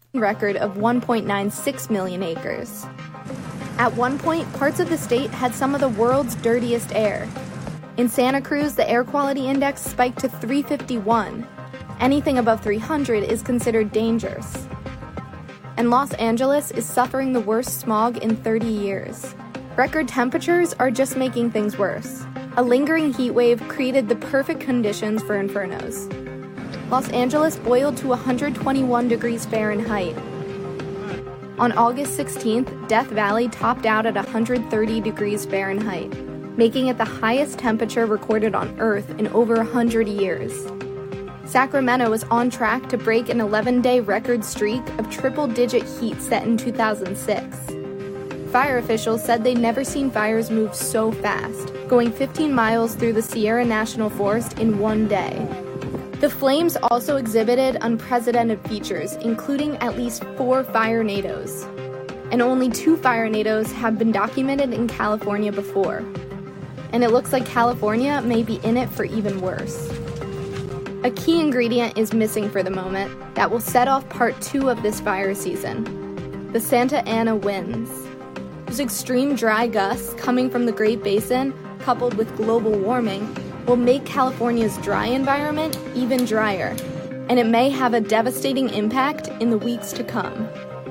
record of 1.96 million acres. At one point, parts of the state had some of the world's dirtiest air. In Santa Cruz, the air quality index spiked to 351. Anything above 300 is considered dangerous. And Los Angeles is suffering the worst smog in 30 years. Record temperatures are just making things worse. A lingering heat wave created the perfect conditions for infernos. Los Angeles boiled to 121 degrees Fahrenheit. On August 16th, Death Valley topped out at 130 degrees Fahrenheit, making it the highest temperature recorded on Earth in over 100 years. Sacramento is on track to break an 11-day record streak of triple-digit heat set in 2006. Fire officials said they'd never seen fires move so fast, going 15 miles through the Sierra National Forest in one day. The flames also exhibited unprecedented features, including at least 4 firenadoes. And only 2 firenadoes have been documented in California before. And it looks like California may be in it for even worse. A key ingredient is missing for the moment that will set off part 2 of this fire season: the Santa Ana winds. Those extreme dry gusts coming from the Great Basin, coupled with global warming, will make California's dry environment even drier, and it may have a devastating impact in the weeks to come.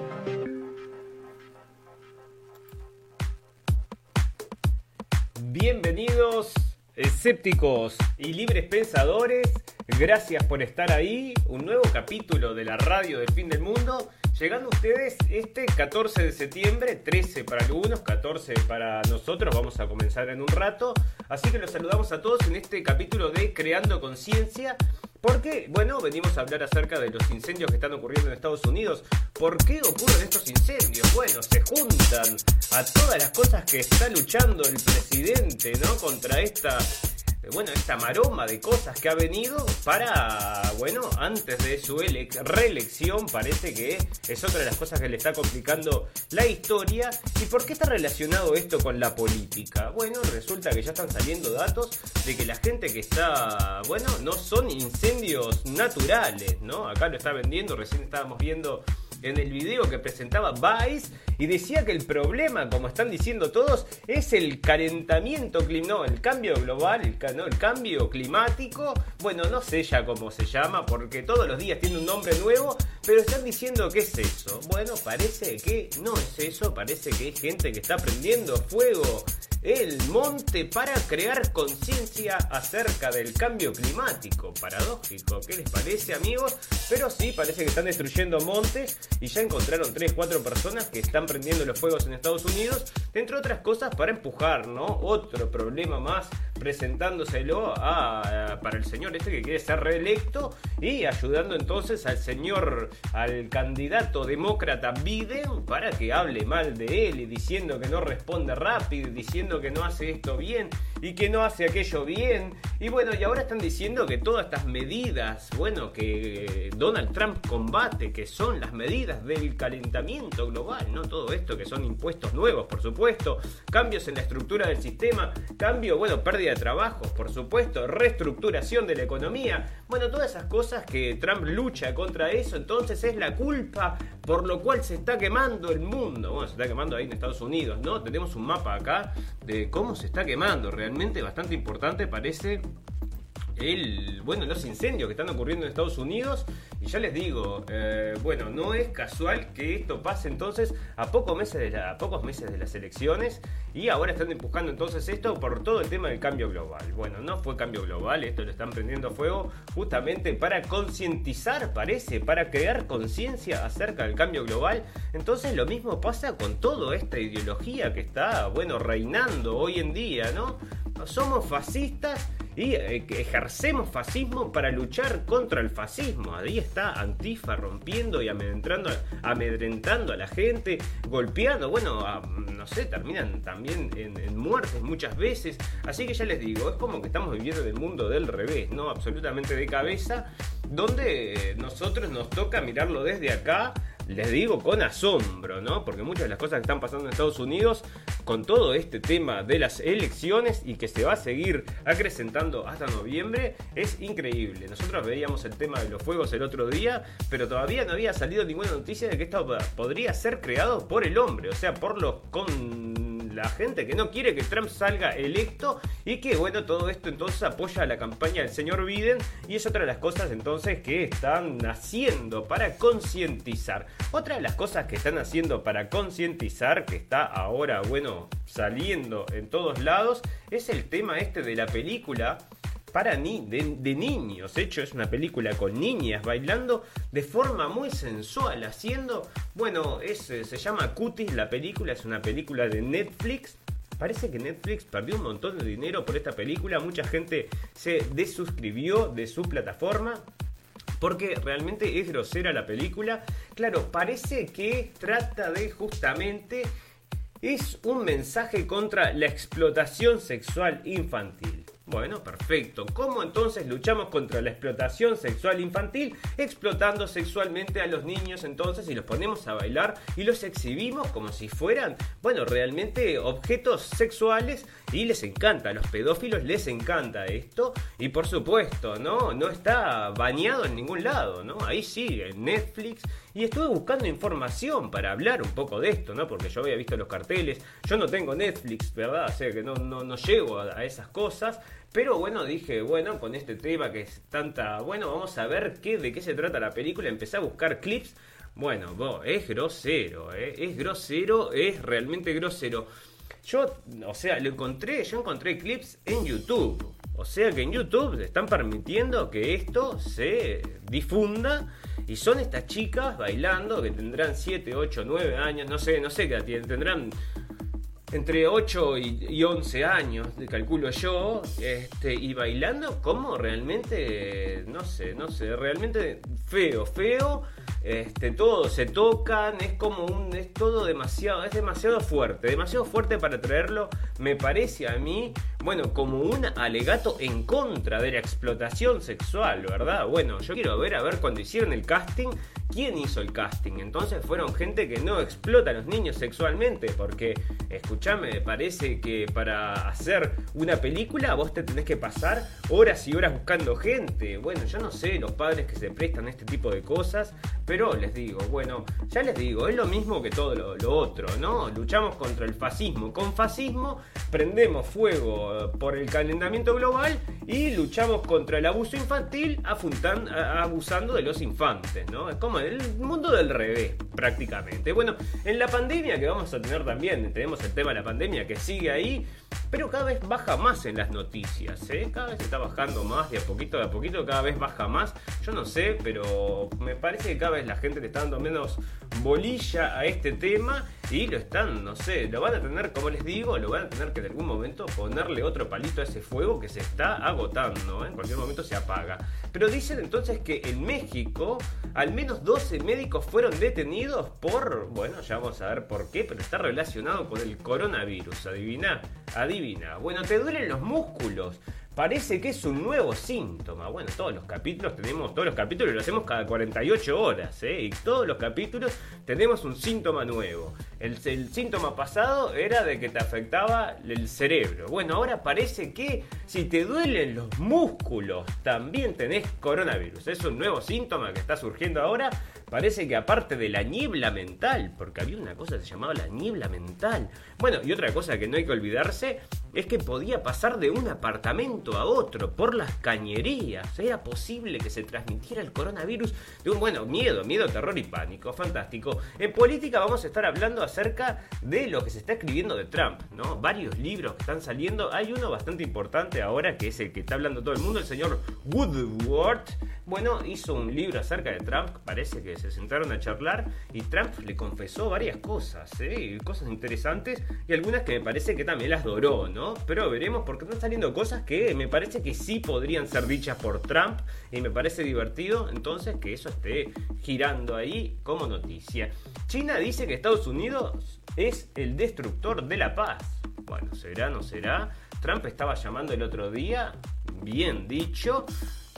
Bienvenidos, escépticos y libres pensadores, gracias por estar ahí, un nuevo capítulo de la radio del fin del mundo, llegando a ustedes este 14 de septiembre, 13 para algunos, 14 para nosotros, vamos a comenzar en un rato, así que los saludamos a todos en este capítulo de Creando Conciencia, porque, bueno, venimos a hablar acerca de los incendios que están ocurriendo en Estados Unidos. ¿Por qué ocurren estos incendios? Bueno, se juntan a todas las cosas que está luchando el presidente, ¿no? Contra esta maroma de cosas que ha venido para, antes de su reelección, parece que es otra de las cosas que le está complicando la historia. ¿Y por qué está relacionado esto con la política? Bueno, resulta que ya están saliendo datos de que la gente que está, no son incendios naturales, ¿no? Acá lo está vendiendo, recién estábamos viendo en el video que presentaba Vice y decía que el problema, como están diciendo todos, es el calentamiento, el cambio global, el cambio climático. Bueno, no sé ya cómo se llama porque todos los días tiene un nombre nuevo, pero están diciendo que es eso. Bueno, parece que no es eso, parece que hay gente que está prendiendo fuego el monte para crear conciencia acerca del cambio climático. Paradójico, ¿qué les parece, amigos? Pero sí, parece que están destruyendo montes y ya encontraron 3-4 personas que están prendiendo los fuegos en Estados Unidos, entre otras cosas para empujar, ¿no? Otro problema más presentándoselo para el señor este que quiere ser reelecto y ayudando entonces al candidato demócrata Biden para que hable mal de él y diciendo que no responde rápido, diciendo que no hace esto bien y que no hace aquello bien. Y y ahora están diciendo que todas estas medidas, que Donald Trump combate, que son las medidas del calentamiento global, ¿no? Todo esto que son impuestos nuevos, por supuesto, cambios en la estructura del sistema, pérdida de trabajos, por supuesto, reestructuración de la economía, todas esas cosas que Trump lucha contra eso, entonces es la culpa por lo cual se está quemando el mundo. Se está quemando ahí en Estados Unidos, ¿no? Tenemos un mapa acá de cómo se está quemando, realmente bastante importante parece los incendios que están ocurriendo en Estados Unidos. Y ya les digo, no es casual que esto pase entonces a pocos meses de las elecciones, y ahora están empujando entonces esto por todo el tema del cambio global. No fue cambio global, esto lo están prendiendo fuego justamente para concientizar, parece, para crear conciencia acerca del cambio global. Entonces lo mismo pasa con toda esta ideología que está, reinando hoy en día, ¿no? Somos fascistas y ejercemos fascismo para luchar contra el fascismo. Ahí está Antifa rompiendo y amedrentando a la gente, golpeando, terminan también en muertes muchas veces. Así que ya les digo, es como que estamos viviendo en el mundo del revés, ¿no? Absolutamente de cabeza, donde nosotros nos toca mirarlo desde acá, les digo con asombro, ¿no? Porque muchas de las cosas que están pasando en Estados Unidos con todo este tema de las elecciones y que se va a seguir acrecentando hasta noviembre es increíble. Nosotros veíamos el tema de los fuegos el otro día, pero todavía no había salido ninguna noticia de que esto podría ser creado por el hombre, o sea, con la gente que no quiere que Trump salga electo y que, bueno, todo esto entonces apoya a la campaña del señor Biden y es otra de las cosas entonces que están haciendo para concientizar. Otra de las cosas que están haciendo para concientizar, que está ahora, bueno, saliendo en todos lados, es el tema este de la película de niños. De hecho, es una película con niñas bailando de forma muy sensual, haciendo, bueno, se llama Cuties la película, es una película de Netflix. Parece que Netflix perdió un montón de dinero por esta película, mucha gente se desuscribió de su plataforma porque realmente es grosera la película. Claro, parece que trata de justamente, es un mensaje contra la explotación sexual infantil. Bueno, perfecto. ¿Cómo entonces luchamos contra la explotación sexual infantil? Explotando sexualmente a los niños entonces y los ponemos a bailar y los exhibimos como si fueran, bueno, realmente objetos sexuales y les encanta, a los pedófilos les encanta esto y por supuesto, no está baneado en ningún lado, ¿no? Ahí sí, en Netflix. Y estuve buscando información para hablar un poco de esto, ¿no? Porque yo había visto los carteles. Yo no tengo Netflix, ¿verdad? O sea que no llego a esas cosas. Pero bueno, dije, bueno, con este tema que es tanta... Bueno, vamos a ver de qué se trata la película. Empecé a buscar clips. Bueno, es grosero, ¿eh? Es grosero, es realmente grosero. Yo encontré clips en YouTube. O sea que en YouTube están permitiendo que esto se difunda. Y son estas chicas bailando que tendrán 7, 8, 9 años. No sé qué edad tienen. Tendrán entre 8 y 11 años, calculo yo. Y bailando como realmente, no sé, realmente feo. Todos se tocan, es todo demasiado fuerte para traerlo, me parece a mí, bueno, como un alegato en contra de la explotación sexual, ¿verdad? Bueno, yo quiero ver cuando hicieron el casting, ¿quién hizo el casting? Entonces fueron gente que no explota a los niños sexualmente, porque, escuchame, me parece que para hacer una película vos te tenés que pasar horas y horas buscando gente. Bueno, yo no sé los padres que se prestan a este tipo de cosas, pero les digo, bueno, ya les digo, es lo mismo que todo lo otro, ¿no? Luchamos contra el fascismo. Con fascismo prendemos fuego por el calentamiento global y luchamos contra el abuso infantil abusando de los infantes, ¿no? Es como el mundo del revés, prácticamente. Bueno, en la pandemia que vamos a tener también, tenemos el tema de la pandemia que sigue ahí, pero cada vez baja más en las noticias, ¿eh? Cada vez está bajando más, de a poquito, cada vez baja más. Yo no sé, pero me parece que cada vez la gente le está dando menos bolilla a este tema y lo van a tener, como les digo, lo van a tener que en algún momento ponerle otro palito a ese fuego que se está agotando, ¿eh? En cualquier momento se apaga. Pero dicen entonces que en México al menos 12 médicos fueron detenidos por, bueno, ya vamos a ver por qué, pero está relacionado con el coronavirus. Adivina. Bueno, te duelen los músculos. Parece que es un nuevo síntoma. Bueno, todos los capítulos lo hacemos cada 48 horas, ¿eh? Y todos los capítulos tenemos un síntoma nuevo. El síntoma pasado era de que te afectaba el cerebro. Bueno, ahora parece que si te duelen los músculos también tenés coronavirus. Es un nuevo síntoma que está surgiendo ahora. Parece que aparte de la niebla mental, porque había una cosa que se llamaba la niebla mental. Bueno, y otra cosa que no hay que olvidarse es que podía pasar de un apartamento a otro por las cañerías. Era posible que se transmitiera el coronavirus de miedo, terror y pánico. Fantástico. En política vamos a estar hablando acerca de lo que se está escribiendo de Trump, ¿no? Varios libros que están saliendo. Hay uno bastante importante ahora que es el que está hablando todo el mundo, el señor Woodward. Bueno, hizo un libro acerca de Trump, parece que se sentaron a charlar y Trump le confesó varias cosas, cosas interesantes y algunas que me parece que también las doró, ¿no? Pero veremos porque están saliendo cosas que me parece que sí podrían ser dichas por Trump y me parece divertido entonces que eso esté girando ahí como noticia. China dice que Estados Unidos es el destructor de la paz. Bueno, ¿será, no será? Trump estaba llamando el otro día, bien dicho,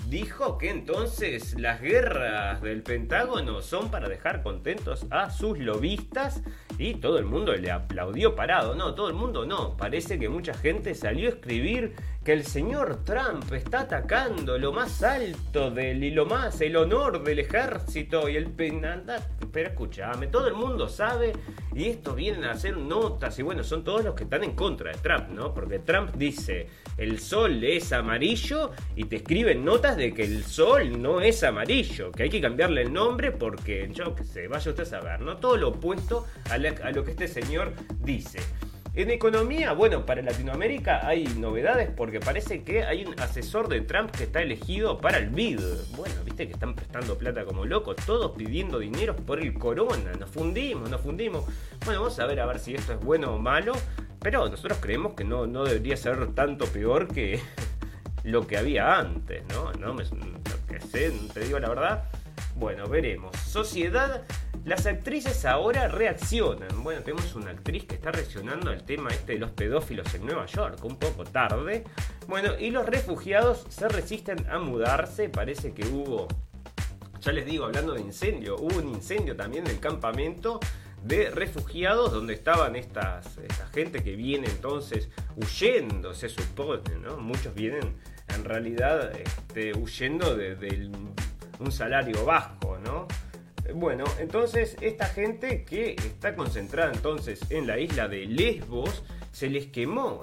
dijo que entonces las guerras del Pentágono son para dejar contentos a sus lobistas y todo el mundo le aplaudió parado. No, todo el mundo no. Parece que mucha gente salió a escribir que el señor Trump está atacando lo más alto el honor del ejército y el pero escúchame, todo el mundo sabe y esto vienen a hacer notas y bueno, son todos los que están en contra de Trump, ¿no? Porque Trump dice el sol es amarillo y te escriben notas de que el sol no es amarillo, que hay que cambiarle el nombre porque yo qué sé, vaya usted a saber, ¿no? Todo lo opuesto a lo que este señor dice. En economía, bueno, para Latinoamérica hay novedades porque parece que hay un asesor de Trump que está elegido para el BID. Bueno, viste que están prestando plata como locos, todos pidiendo dinero por el corona. Nos fundimos. Bueno, vamos a ver si esto es bueno o malo, pero nosotros creemos que no debería ser tanto peor que lo que había antes, ¿no? No que sé, te digo la verdad. Bueno, veremos. Sociedad. Las actrices ahora reaccionan. Bueno, tenemos una actriz que está reaccionando al tema de los pedófilos en Nueva York, un poco tarde. Bueno, y los refugiados se resisten a mudarse. Parece que hubo, ya les digo, hablando de incendio, hubo un incendio también en el campamento de refugiados donde estaban esta gente que viene entonces huyendo, se supone, ¿no? Muchos vienen en realidad huyendo de un salario bajo, ¿no? Bueno, entonces esta gente que está concentrada entonces en la isla de Lesbos, se les quemó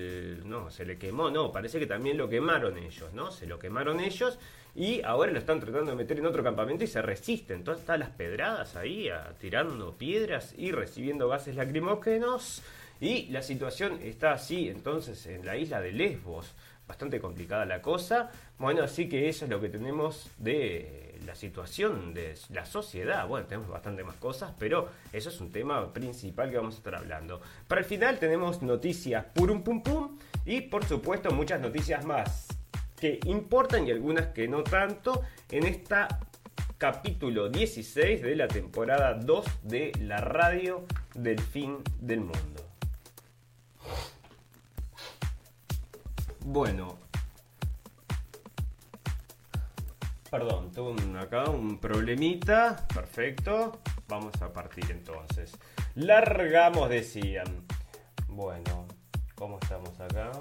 parece que también lo quemaron ellos, ¿no? Se lo quemaron ellos y ahora lo están tratando de meter en otro campamento y se resisten. Entonces están las pedradas ahí, tirando piedras y recibiendo gases lacrimógenos y la situación está así entonces en la isla de Lesbos. Bastante complicada la cosa. Bueno, así que eso es lo que tenemos de la situación de la sociedad. Bueno, tenemos bastante más cosas, pero eso es un tema principal que vamos a estar hablando. Para el final tenemos noticias purum pum pum y por supuesto muchas noticias más que importan y algunas que no tanto en esta capítulo 16 de la temporada 2 de la radio del fin del mundo. Bueno, perdón, tuve acá un problemita. Perfecto, vamos a partir entonces. Largamos, decían. Bueno, ¿cómo estamos acá?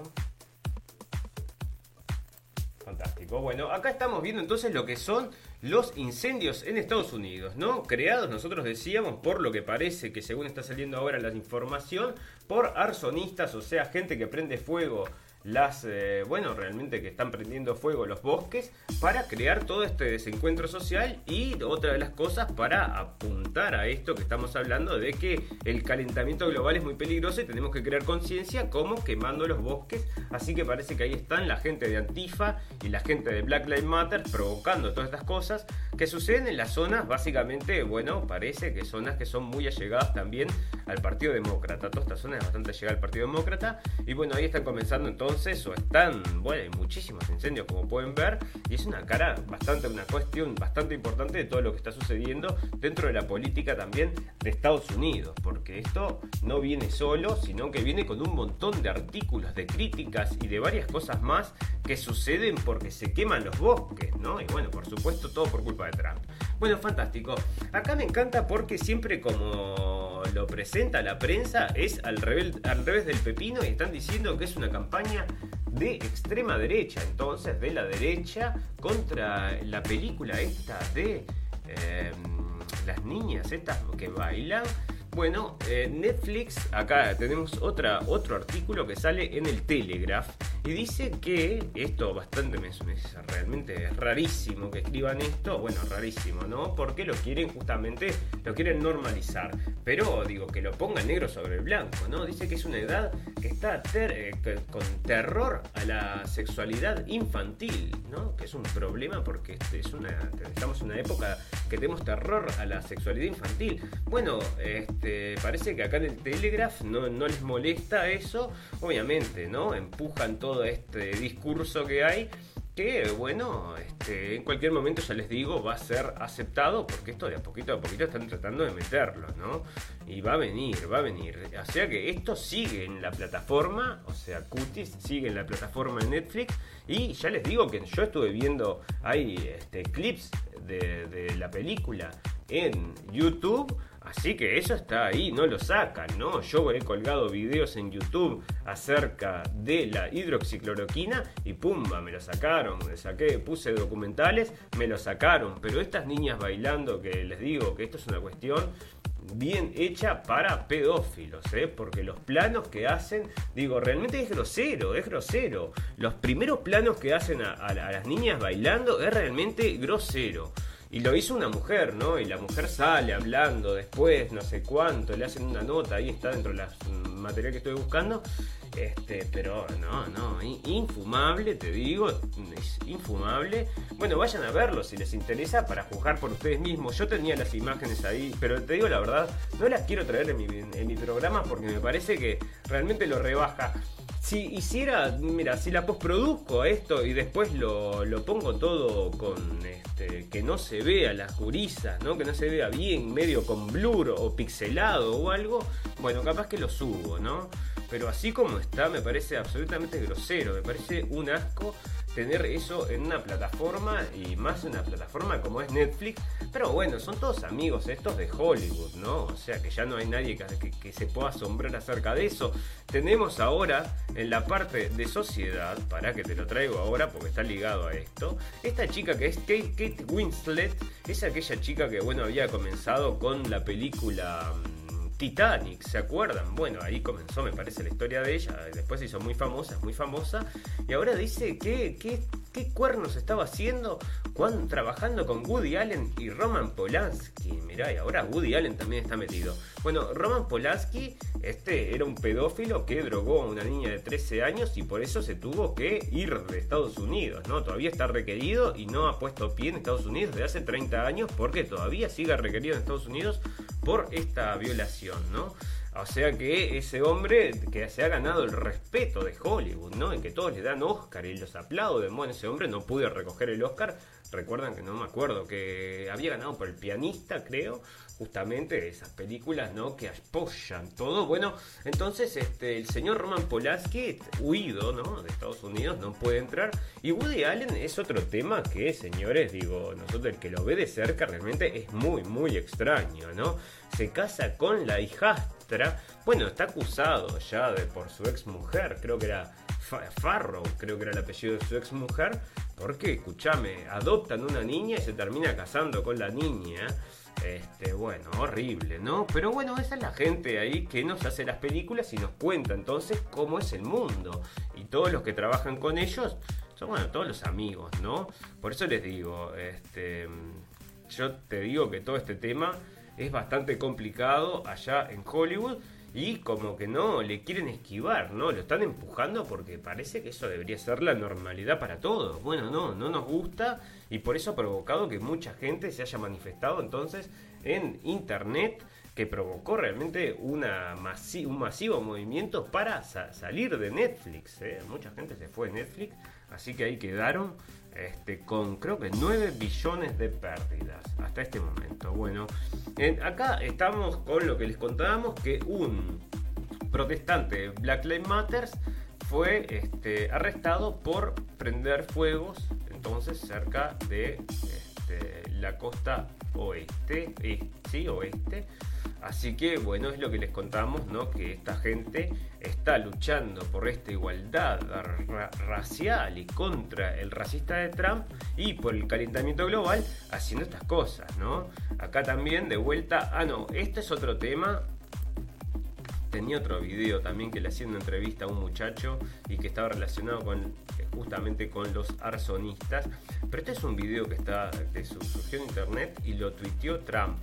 Fantástico. Bueno, acá estamos viendo entonces lo que son los incendios en Estados Unidos, ¿no? Creados, nosotros decíamos, por lo que parece que según está saliendo ahora la información, por arsonistas, o sea, gente que prende fuego realmente que están prendiendo fuego los bosques para crear todo este desencuentro social y otra de las cosas para apuntar a esto que estamos hablando de que el calentamiento global es muy peligroso y tenemos que crear conciencia como quemando los bosques, así que parece que ahí están la gente de Antifa y la gente de Black Lives Matter provocando todas estas cosas que suceden en las zonas básicamente, bueno, parece que zonas que son muy allegadas también al Partido Demócrata, toda esta zona es bastante allegada al Partido Demócrata y bueno, ahí están comenzando entonces hay muchísimos incendios como pueden ver y es una cuestión bastante importante de todo lo que está sucediendo dentro de la política también de Estados Unidos, porque esto no viene solo, sino que viene con un montón de artículos, de críticas y de varias cosas más que suceden porque se queman los bosques, ¿no? Y bueno, por supuesto todo por culpa de Trump. Bueno, fantástico. Acá me encanta porque siempre como lo presenta la prensa es al revés del pepino y están diciendo que es una campaña de extrema derecha, entonces de la derecha contra la película esta de las niñas estas que bailan. Bueno, Netflix, acá tenemos otro artículo que sale en el Telegraph y dice que esto realmente es rarísimo que escriban esto, bueno, rarísimo, ¿no? Porque lo quieren normalizar, pero digo, que lo pongan negro sobre blanco, ¿no? Dice que es una edad que está con terror a la sexualidad infantil, ¿no? Que es un problema porque estamos en una época que tenemos terror a la sexualidad infantil. Bueno, parece que acá en el Telegraph no les molesta eso, obviamente, ¿no? Empujan todo este discurso que hay que bueno, en cualquier momento, ya les digo, va a ser aceptado, porque esto de a poquito están tratando de meterlo, ¿no? Y va a venir. O sea que esto sigue en la plataforma, o sea, Cuties sigue en la plataforma de Netflix, y ya les digo que yo estuve viendo, hay clips de la película en YouTube. Así que eso está ahí, no lo sacan, ¿no? Yo he colgado videos en YouTube acerca de la hidroxicloroquina y pumba, me lo sacaron. Puse documentales, me lo sacaron. Pero estas niñas bailando, que les digo que esto es una cuestión bien hecha para pedófilos, porque los planos que hacen, digo, realmente es grosero. Los primeros planos que hacen a las niñas bailando es realmente grosero. Y lo hizo una mujer, ¿no? Y la mujer sale hablando después, no sé cuánto, le hacen una nota, ahí está dentro de material que estoy buscando. Pero no, infumable, te digo, es infumable. Bueno, vayan a verlo si les interesa para juzgar por ustedes mismos. Yo tenía las imágenes ahí, pero te digo la verdad, no las quiero traer en mi programa porque me parece que realmente lo rebaja. Si hiciera, mira, si la postproduzco a esto y después lo pongo todo con que no se vea las gurisas, ¿no? Que no se vea bien, medio con blur o pixelado o algo, bueno, capaz que lo subo, ¿no? Pero así como está, me parece absolutamente grosero, me parece un asco tener eso en una plataforma, y más en una plataforma como es Netflix. Pero bueno, son todos amigos estos de Hollywood, ¿no? O sea que ya no hay nadie que se pueda asombrar acerca de eso. Tenemos ahora en la parte de sociedad, para que te lo traigo ahora porque está ligado a esto, esta chica que es Kate Winslet, es aquella chica que bueno había comenzado con la película Titanic, ¿se acuerdan? Bueno, ahí comenzó, me parece, la historia de ella. Después se hizo muy famosa. Y ahora dice que qué cuernos estaba haciendo trabajando con Woody Allen y Roman Polanski. Mirá, y ahora Woody Allen también está metido. Bueno, Roman Polanski, era un pedófilo que drogó a una niña de 13 años y por eso se tuvo que ir de Estados Unidos, ¿no? Todavía está requerido y no ha puesto pie en Estados Unidos desde hace 30 años porque todavía sigue requerido en Estados Unidos por esta violación, ¿no? O sea que ese hombre que se ha ganado el respeto de Hollywood, ¿no? En que todos le dan Oscar y los aplauden. Bueno, ese hombre no pudo recoger el Oscar. Recuerdan que no me acuerdo, que había ganado por El Pianista, creo. Justamente esas películas, ¿no? Que apoyan todo. Bueno, entonces el señor Roman Polanski, huido, ¿no? De Estados Unidos, no puede entrar. Y Woody Allen es otro tema que, señores, digo, nosotros el que lo ve de cerca realmente es muy, muy extraño, ¿no? Se casa con la hijastra. Bueno, está acusado ya por su ex mujer, creo que era Farrow, creo que era el apellido de su ex mujer. Porque, escúchame, adoptan una niña y se termina casando con la niña. Bueno, horrible, ¿no? Pero bueno, esa es la gente ahí que nos hace las películas y nos cuenta entonces cómo es el mundo. Y todos los que trabajan con ellos son, bueno, todos los amigos, ¿no? Por eso les digo, yo te digo que todo este tema es bastante complicado allá en Hollywood. Y como que no le quieren esquivar, ¿no? Lo están empujando porque parece que eso debería ser la normalidad para todos. Bueno, no nos gusta y por eso ha provocado que mucha gente se haya manifestado entonces en internet, que provocó realmente un masivo movimiento para salir de Netflix, Mucha gente se fue de Netflix, así que ahí quedaron con creo que 9 billones de pérdidas hasta este momento. Bueno, acá estamos con lo que les contábamos, que un protestante de Black Lives Matter fue arrestado por prender fuegos entonces cerca de la costa oeste, oeste. Así que bueno, es lo que les contamos, ¿no? Que esta gente está luchando por esta igualdad racial y contra el racista de Trump y por el calentamiento global, haciendo estas cosas, ¿no? Acá también de vuelta, este es otro tema. Tenía otro video también que le hacía una entrevista a un muchacho y que estaba relacionado justamente con los arsonistas. Pero este es un video que surgió en internet y lo tuiteó Trump.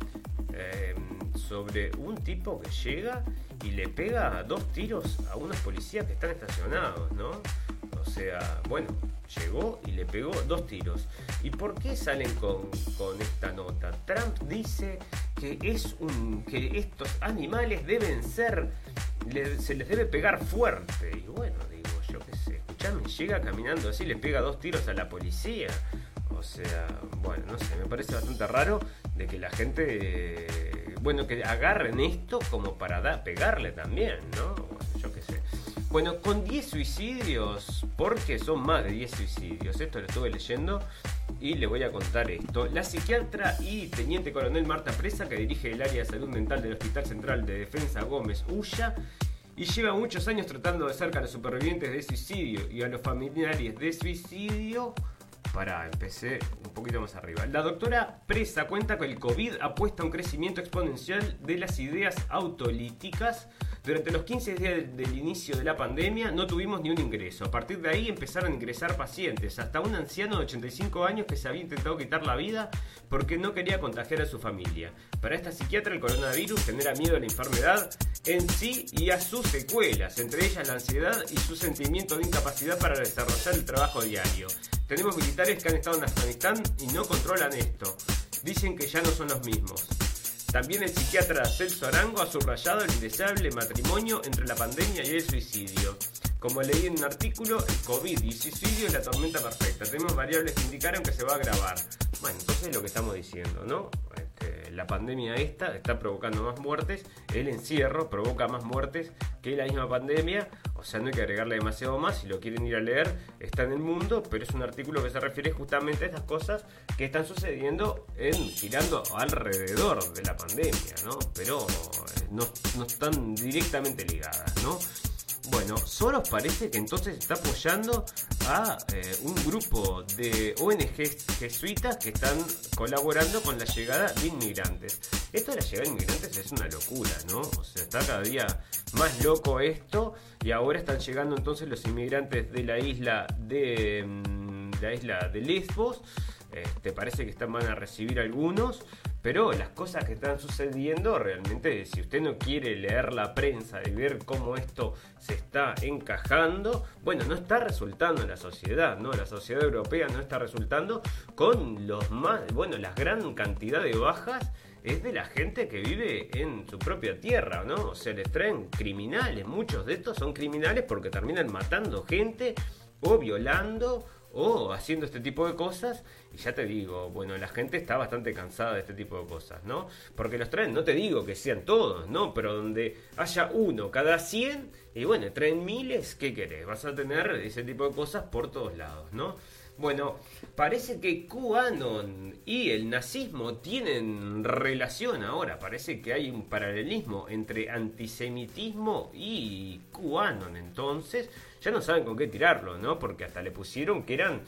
Sobre un tipo que llega y le pega 2 tiros a unos policías que están estacionados, ¿no? O sea, bueno, llegó y le pegó 2 tiros. ¿Y por qué salen con esta nota? Trump dice que que estos animales se les debe pegar fuerte. Y bueno, digo, yo qué sé, llame, llega caminando así, le pega 2 tiros a la policía. O sea, bueno, no sé, me parece bastante raro de que la gente, que agarren esto como para pegarle también, ¿no? Bueno, yo qué sé. Bueno, con 10 suicidios, porque son más de 10 suicidios, esto lo estuve leyendo y le voy a contar esto. La psiquiatra y teniente coronel Marta Presa, que dirige el área de salud mental del Hospital Central de Defensa Gómez Ulla, y lleva muchos años tratando de cerca a los supervivientes de suicidio y a los familiares de suicidio. Empecé un poquito más arriba. La doctora Presa cuenta que el COVID ha puesto un crecimiento exponencial de las ideas autolíticas. Durante los 15 días del inicio de la pandemia no tuvimos ni un ingreso. A partir de ahí empezaron a ingresar pacientes, hasta un anciano de 85 años que se había intentado quitar la vida porque no quería contagiar a su familia. Para esta psiquiatra, el coronavirus genera miedo a la enfermedad en sí y a sus secuelas, entre ellas la ansiedad y su sentimiento de incapacidad para desarrollar el trabajo diario. Tenemos militares que han estado en Afganistán y no controlan esto. Dicen que ya no son los mismos. También el psiquiatra Celso Arango ha subrayado el indeseable matrimonio entre la pandemia y el suicidio. Como leí en un artículo, el COVID y el suicidio es la tormenta perfecta. Tenemos variables que indicaron que se va a agravar. Bueno, entonces es lo que estamos diciendo, ¿no? La pandemia está provocando más muertes. El encierro provoca más muertes que la misma pandemia. O sea, no hay que agregarle demasiado más. Si lo quieren ir a leer, está en El Mundo. Pero es un artículo que se refiere justamente a estas cosas que están sucediendo girando alrededor de la pandemia, ¿no? Pero no están directamente ligadas, ¿no? Bueno, Soros parece que entonces está apoyando a un grupo de ONGs jesuitas que están colaborando con la llegada de inmigrantes. Esto de la llegada de inmigrantes es una locura, ¿no? O sea, está cada día más loco esto, y ahora están llegando entonces los inmigrantes de la isla de Lesbos. Parece que van a recibir algunos, pero las cosas que están sucediendo realmente, si usted no quiere leer la prensa y ver cómo esto se está encajando, bueno, no está resultando en la sociedad, ¿no? La sociedad europea no está resultando con la gran cantidad de bajas es de la gente que vive en su propia tierra, ¿no? O sea, les traen criminales, muchos de estos son criminales porque terminan matando gente o violando o haciendo este tipo de cosas. Y ya te digo, bueno, la gente está bastante cansada de este tipo de cosas, ¿no? Porque los traen, no te digo que sean todos, ¿no? Pero donde haya uno cada 100, y bueno, traen miles, ¿qué querés? Vas a tener ese tipo de cosas por todos lados, ¿no? Bueno, parece que QAnon y el nazismo tienen relación ahora. Parece que hay un paralelismo entre antisemitismo y QAnon. Entonces, ya no saben con qué tirarlo, ¿no? Porque hasta le pusieron que eran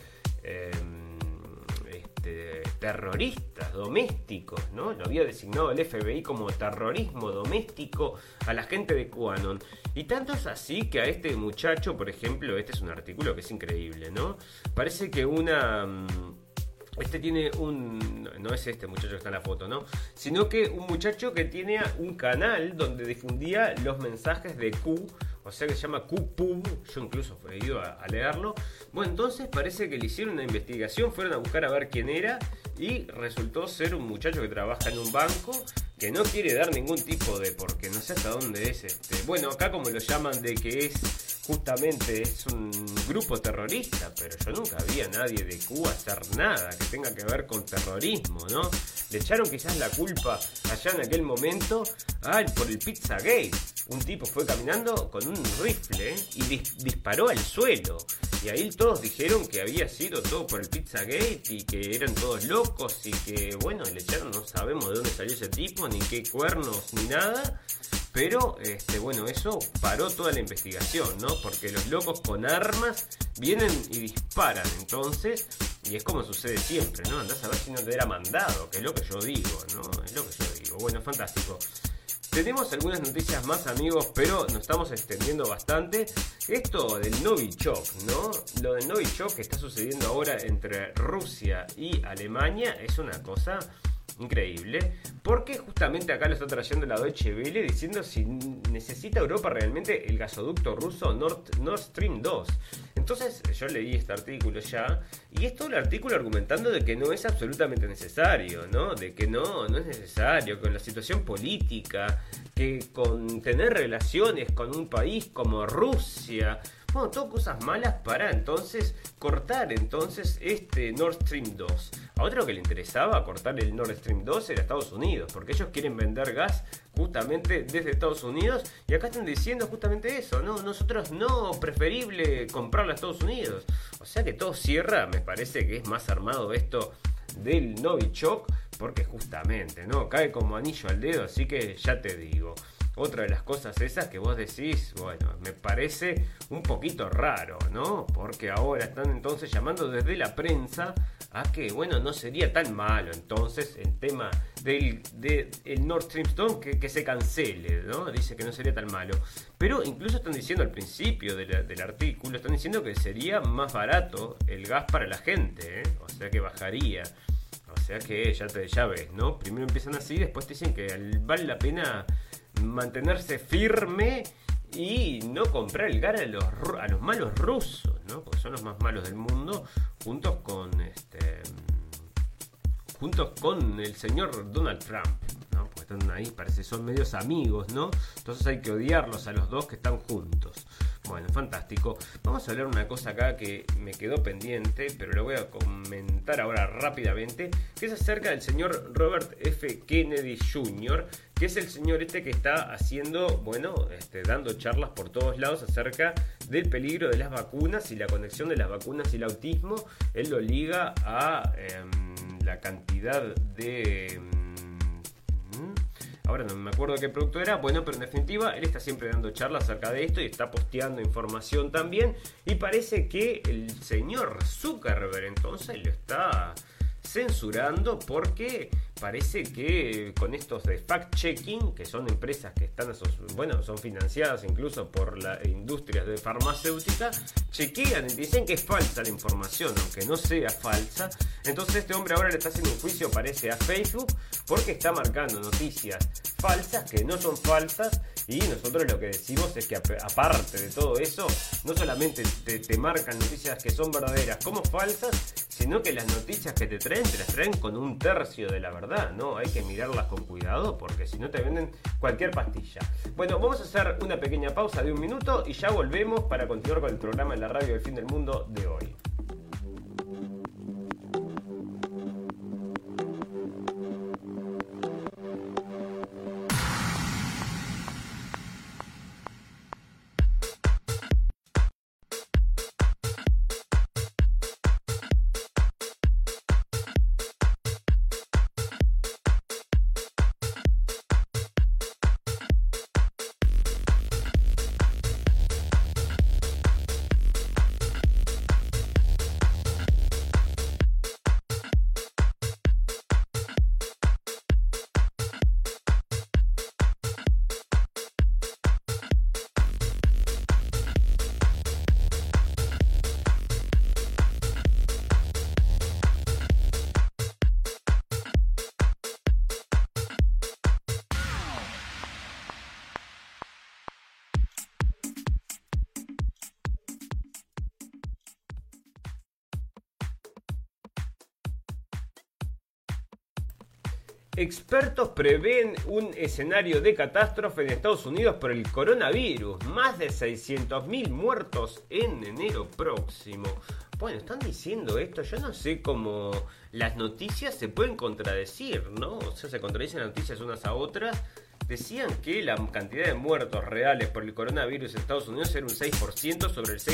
terroristas domésticos, ¿no? Lo había designado el FBI como terrorismo doméstico a la gente de QAnon. Y tanto es así que a este muchacho, por ejemplo, este es un artículo que es increíble, ¿no? Parece que tiene no es este muchacho que está en la foto, ¿no? Sino que un muchacho que tiene un canal donde difundía los mensajes de Q, o sea que se llama QPub, yo incluso he ido a leerlo. Bueno, entonces parece que le hicieron una investigación, fueron a buscar a ver quién era, y resultó ser un muchacho que trabaja en un banco, que no quiere dar ningún tipo de, porque no sé hasta dónde es bueno, acá como lo llaman de que es un grupo terrorista, pero yo nunca vi a nadie de Cuba hacer nada que tenga que ver con terrorismo, ¿no? Le echaron quizás la culpa allá en aquel momento por el Pizzagate. Un tipo fue caminando con un rifle y disparó al suelo. Y ahí todos dijeron que había sido todo por el Pizzagate y que eran todos locos y que, bueno, le echaron, no sabemos de dónde salió ese tipo, ni qué cuernos, ni nada. Pero, bueno, eso paró toda la investigación, ¿no? Porque los locos con armas vienen y disparan, entonces, y es como sucede siempre, ¿no? Andás a ver si no te era mandado, que es lo que yo digo, ¿no? Es lo que yo digo. Bueno, fantástico. Tenemos algunas noticias más, amigos, pero nos estamos extendiendo bastante. Esto del Novichok, ¿no? Lo del Novichok que está sucediendo ahora entre Rusia y Alemania es una cosa increíble, porque justamente acá lo está trayendo la Deutsche Welle diciendo si necesita Europa realmente el gasoducto ruso Nord Stream 2. Entonces yo leí este artículo ya, y es todo el artículo argumentando de que no es absolutamente necesario, ¿no? De que no es necesario, con la situación política, que con tener relaciones con un país como Rusia, Bueno, todo cosas malas para entonces cortar entonces este Nord Stream 2. A otro que le interesaba cortar el Nord Stream 2 era Estados Unidos, porque ellos quieren vender gas justamente desde Estados Unidos, y acá están diciendo justamente eso, ¿no? Nosotros no, preferible comprarlo a Estados Unidos. O sea que todo cierra, me parece que es más armado esto del Novichok, porque justamente, ¿no? Cae como anillo al dedo, así que ya te digo. Otra de las cosas esas que vos decís, bueno, me parece un poquito raro, ¿no? Porque ahora están entonces llamando desde la prensa a que, bueno, no sería tan malo entonces el tema del Nord Stream 2 que se cancele, ¿no? Dice que no sería tan malo. Pero incluso están diciendo al principio del artículo, están diciendo que sería más barato el gas para la gente, ¿eh? O sea que bajaría. O sea que ya ves, ¿no? Primero empiezan así, después te dicen que vale la pena mantenerse firme y no comprar el gas a los malos rusos, ¿no? Porque son los más malos del mundo, juntos con el señor Donald Trump, ¿no? Porque están ahí, parece son medios amigos, ¿no? Entonces hay que odiarlos a los dos que están juntos. Bueno, fantástico. Vamos a hablar una cosa acá que me quedó pendiente, pero lo voy a comentar ahora rápidamente, que es acerca del señor Robert F. Kennedy Jr., que es el señor que está haciendo, bueno, dando charlas por todos lados acerca del peligro de las vacunas y la conexión de las vacunas y el autismo. Él lo liga a la cantidad de... ahora no me acuerdo qué producto era, bueno, pero en definitiva él está siempre dando charlas acerca de esto y está posteando información también, y parece que el señor Zuckerberg entonces lo está censurando porque parece que con estos de fact-checking, que son empresas que están, bueno, son financiadas incluso por la industria de farmacéutica, chequean y dicen que es falsa la información, aunque no sea falsa. Entonces este hombre ahora le está haciendo un juicio, parece, a Facebook, porque está marcando noticias falsas que no son falsas, y nosotros lo que decimos es que aparte de todo eso, no solamente te marcan noticias que son verdaderas como falsas, sino que las noticias que te las traen con un tercio de la verdad, ¿no? Hay que mirarlas con cuidado porque si no te venden cualquier pastilla. Bueno, vamos a hacer una pequeña pausa de 1 minuto y ya volvemos para continuar con el programa en la radio del fin del mundo de hoy. Expertos prevén un escenario de catástrofe en Estados Unidos por el coronavirus. Más de 600.000 muertos en enero próximo. Bueno, están diciendo esto, yo no sé cómo las noticias se pueden contradecir, ¿no? O sea, se contradicen las noticias unas a otras. Decían que la cantidad de muertos reales por el coronavirus en Estados Unidos era un 6% sobre el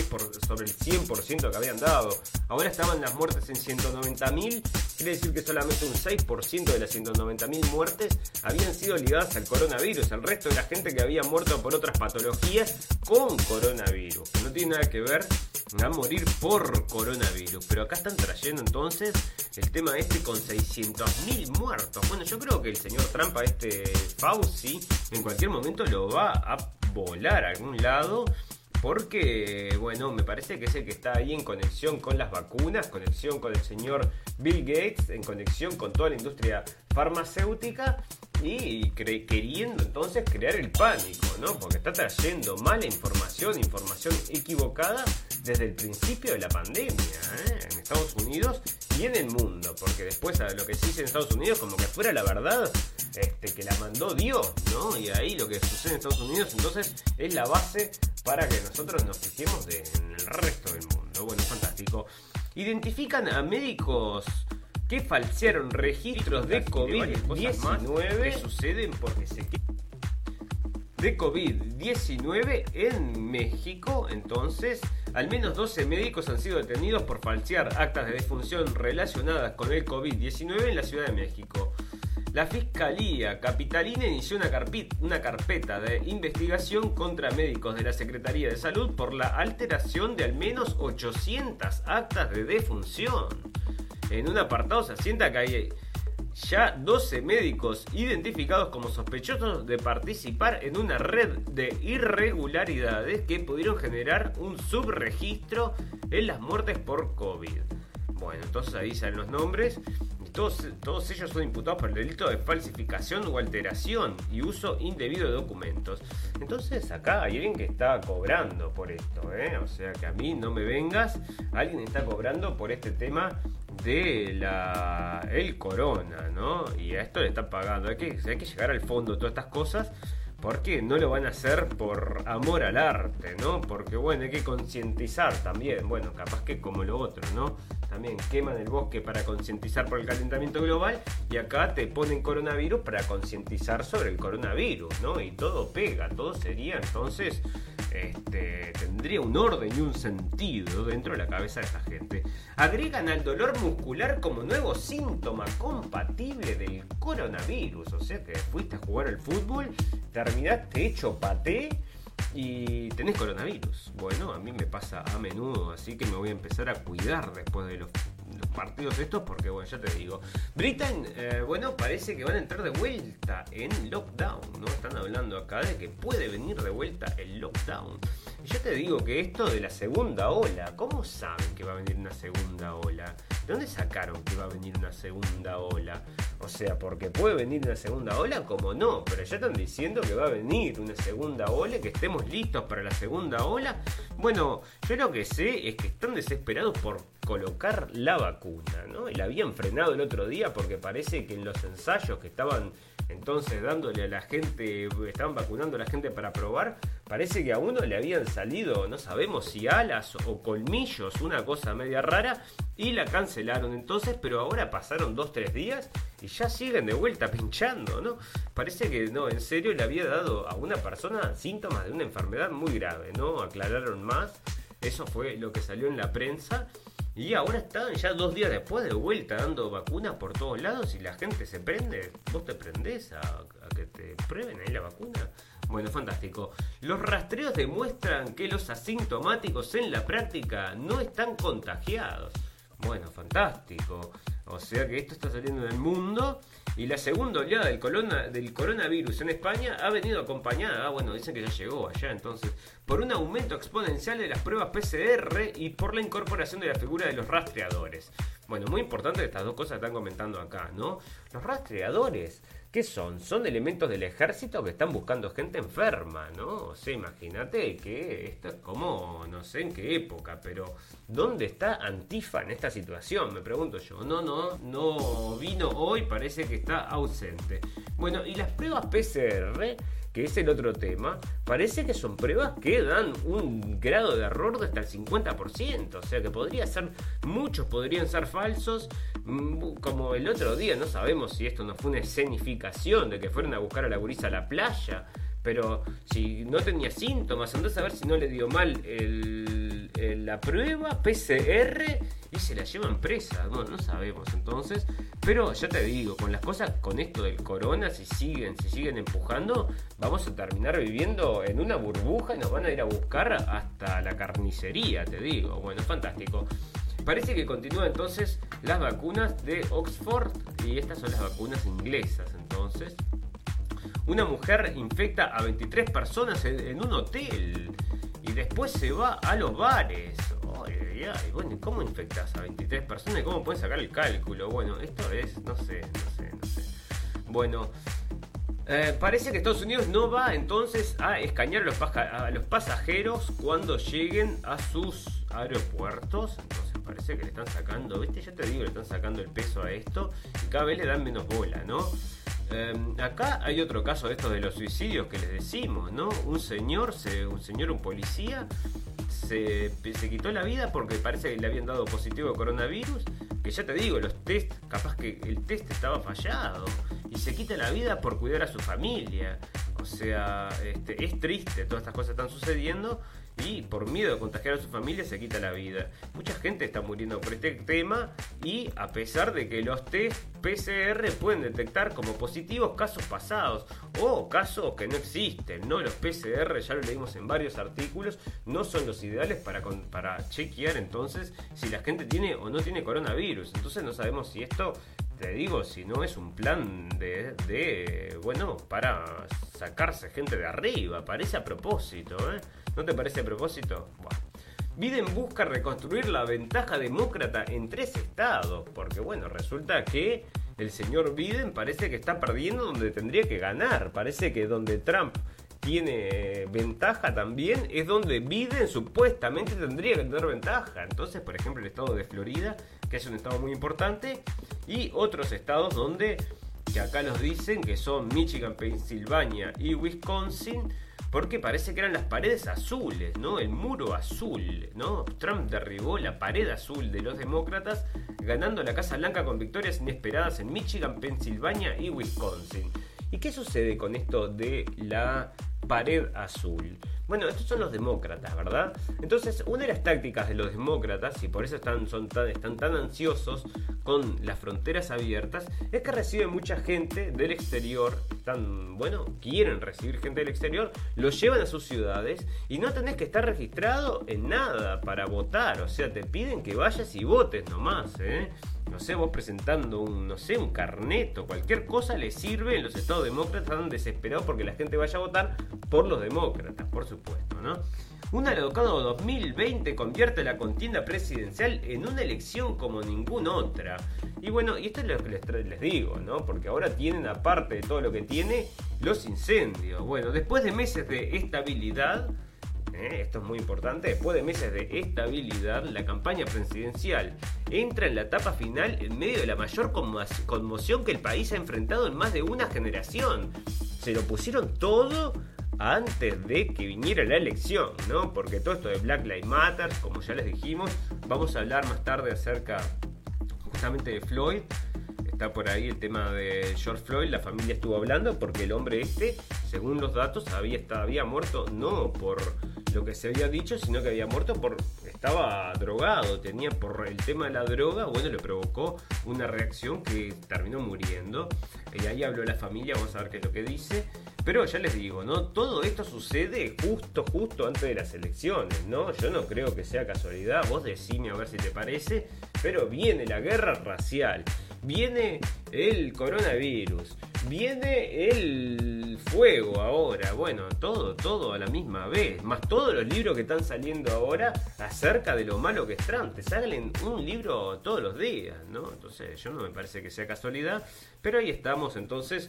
100% que habían dado. Ahora estaban las muertes en 190.000, quiere decir que solamente un 6% de las 190.000 muertes habían sido ligadas al coronavirus. El resto de la gente que había muerto por otras patologías con coronavirus, que no tiene nada que ver a morir por coronavirus. Pero acá están trayendo entonces el tema con 600.000 muertos. Bueno, yo creo que el señor Trump, Fauci, en cualquier momento lo va a volar a algún lado, porque, bueno, me parece que es el que está ahí en conexión con las vacunas, conexión con el señor Bill Gates, en conexión con toda la industria farmacéutica y queriendo entonces crear el pánico, ¿no? Porque está trayendo mala información equivocada desde el principio de la pandemia, en Estados Unidos y en el mundo, porque después a lo que se dice en Estados Unidos como que fuera la verdad, que la mandó Dios, ¿no? Y ahí lo que sucede en Estados Unidos entonces es la base para que nosotros nos fijemos en el resto del mundo. Bueno, fantástico. Identifican a médicos que falsearon registros de COVID-19 que suceden porque se de COVID-19 en México. Entonces, al menos 12 médicos han sido detenidos por falsear actas de defunción relacionadas con el COVID-19 en la Ciudad de México. La Fiscalía Capitalina inició una carpeta de investigación contra médicos de la Secretaría de Salud por la alteración de al menos 800 actas de defunción. En un apartado se asienta que hay ya 12 médicos identificados como sospechosos de participar en una red de irregularidades que pudieron generar un subregistro en las muertes por COVID. Bueno, entonces ahí salen los nombres. Todos ellos son imputados por el delito de falsificación o alteración y uso indebido de documentos. Entonces acá hay alguien que está cobrando por esto, O sea que a mí no me vengas. Alguien está cobrando por este tema de el corona, ¿no? Y a esto le están pagando. Hay que llegar al fondo de todas estas cosas, porque no lo van a hacer por amor al arte, ¿no? Porque bueno, hay que concientizar también. Bueno, capaz que como lo otro, ¿no? También queman el bosque para concientizar por el calentamiento global, y acá te ponen coronavirus para concientizar sobre el coronavirus, ¿no? Y todo pega, todo sería entonces tendría un orden y un sentido dentro de la cabeza de esta gente. Agregan al dolor muscular como nuevo síntoma compatible del coronavirus. O sea que fuiste a jugar al fútbol, terminaste hecho paté y tenés coronavirus. Bueno, a mí me pasa a menudo, así que me voy a empezar a cuidar después de los partidos estos, porque bueno, ya te digo, Britain, parece que van a entrar de vuelta en lockdown, ¿no? Están hablando acá de que puede venir de vuelta el lockdown. Y yo te digo que esto de la segunda ola, ¿cómo saben que va a venir una segunda ola? ¿De dónde sacaron que va a venir una segunda ola? O sea, porque puede venir una segunda ola, como no, pero ya están diciendo que va a venir una segunda ola, que estemos listos para la segunda ola. Bueno, yo lo que sé es que están desesperados por colocar la vacuna, ¿no? Y la habían frenado el otro día porque parece que en los ensayos que estaban entonces dándole a la gente, estaban vacunando a la gente para probar, parece que a uno le habían salido, no sabemos si alas o colmillos, una cosa media rara, y la cancelaron entonces, pero ahora pasaron 2-3 días y ya siguen de vuelta pinchando, ¿no? Parece que no, en serio le había dado a una persona síntomas de una enfermedad muy grave, ¿no? Aclararon más, eso fue lo que salió en la prensa. Y ahora están ya 2 días después de vuelta dando vacunas por todos lados y la gente se prende. ¿Vos te prendés a que te prueben ahí la vacuna? Bueno, fantástico. Los rastreos demuestran que los asintomáticos en la práctica no están contagiados. Bueno, fantástico. O sea que esto está saliendo del mundo. Y la segunda oleada del coronavirus en España ha venido acompañada, dicen que ya llegó allá entonces, por un aumento exponencial de las pruebas PCR y por la incorporación de la figura de los rastreadores. Bueno, muy importante estas dos cosas que están comentando acá, ¿no? Los rastreadores, ¿qué son? Son elementos del ejército que están buscando gente enferma, ¿no? O sea, imagínate que esto es como, no sé en qué época, pero ¿dónde está Antifa en esta situación? Me pregunto yo. No vino hoy, parece que está ausente. Bueno, y las pruebas PCR, que es el otro tema, parece que son pruebas que dan un grado de error de hasta el 50%, o sea que muchos podrían ser falsos, como el otro día, no sabemos si esto no fue una escenificación de que fueron a buscar a la gurisa a la playa, pero si no tenía síntomas, andás a ver si no le dio mal la prueba PCR y se la llevan presa. Bueno, no sabemos entonces, pero ya te digo, con las cosas, con esto del corona, si siguen empujando, vamos a terminar viviendo en una burbuja y nos van a ir a buscar hasta la carnicería, te digo. Bueno, fantástico. Parece que continúan entonces las vacunas de Oxford y estas son las vacunas inglesas entonces. Una mujer infecta a 23 personas en un hotel y después se va a los bares. Bueno, ¿cómo infectas a 23 personas? ¿Cómo puedes sacar el cálculo? Bueno, esto es, no sé. Bueno, parece que Estados Unidos no va entonces a escanear a los pasajeros cuando lleguen a sus aeropuertos. Entonces parece que le están sacando, ¿viste? Ya te digo, le están sacando el peso a esto y cada vez le dan menos bola, ¿no? Acá hay otro caso de estos de los suicidios que les decimos, ¿no? Un policía, se quitó la vida porque parece que le habían dado positivo de coronavirus, que ya te digo, los test, capaz que el test estaba fallado, y se quita la vida por cuidar a su familia. O sea, es triste, todas estas cosas están sucediendo, y por miedo de contagiar a su familia se quita la vida. Mucha gente está muriendo por este tema, y a pesar de que los test PCR pueden detectar como positivos casos pasados o casos que no existen, ¿no? Los PCR, ya lo leímos en varios artículos, no son los ideales para chequear entonces si la gente tiene o no tiene coronavirus. Entonces no sabemos si esto, te digo, si no es un plan bueno, para sacarse gente de arriba. Parece a propósito, ¿eh? ¿No te parece a propósito? Bueno. Biden busca reconstruir la ventaja demócrata en 3 estados, porque bueno, resulta que el señor Biden parece que está perdiendo donde tendría que ganar. Parece que donde Trump tiene ventaja también es donde Biden supuestamente tendría que tener ventaja. Entonces, por ejemplo, el estado de Florida, que es un estado muy importante, y otros estados donde, que acá nos dicen que son Michigan, Pensilvania y Wisconsin, porque parece que eran las paredes azules, ¿no? El muro azul, ¿no? Trump derribó la pared azul de los demócratas, ganando la Casa Blanca con victorias inesperadas en Michigan, Pensilvania y Wisconsin. ¿Y qué sucede con esto de la pared azul? Bueno, estos son los demócratas, ¿verdad? Entonces, una de las tácticas de los demócratas, y por eso están tan ansiosos con las fronteras abiertas, es que reciben mucha gente del exterior, quieren recibir gente del exterior, los llevan a sus ciudades y no tenés que estar registrado en nada para votar. O sea, te piden que vayas y votes nomás, ¿eh? No sé, vos presentando un carnet o cualquier cosa les sirve. En los estados demócratas están desesperados porque la gente vaya a votar por los demócratas, por supuesto, ¿no? Un alocado 2020 convierte la contienda presidencial en una elección como ninguna otra. Y bueno, y esto es lo que les digo, ¿no? Porque ahora tienen, aparte de todo lo que tiene, los incendios. Bueno, después de meses de estabilidad, esto es muy importante, después de meses de estabilidad, la campaña presidencial entra en la etapa final en medio de la mayor conmoción que el país ha enfrentado en más de una generación. Se lo pusieron todo antes de que viniera la elección, ¿no? Porque todo esto de Black Lives Matter, como ya les dijimos, vamos a hablar más tarde acerca justamente de Floyd. Está por ahí el tema de George Floyd. La familia estuvo hablando porque el hombre según los datos, había muerto no por lo que se había dicho, sino que había muerto estaba drogado, tenía por el tema de la droga, bueno, le provocó una reacción que terminó muriendo. Y ahí habló la familia, vamos a ver qué es lo que dice. Pero ya les digo, ¿no? Todo esto sucede justo antes de las elecciones, ¿no? Yo no creo que sea casualidad, vos decime a ver si te parece, pero viene la guerra racial, viene el coronavirus, viene el fuego ahora, bueno, todo a la misma vez, más todos los libros que están saliendo ahora acerca de lo malo que es Trump. Te salen un libro todos los días, ¿no? Entonces yo no me parece que sea casualidad, pero ahí estamos entonces.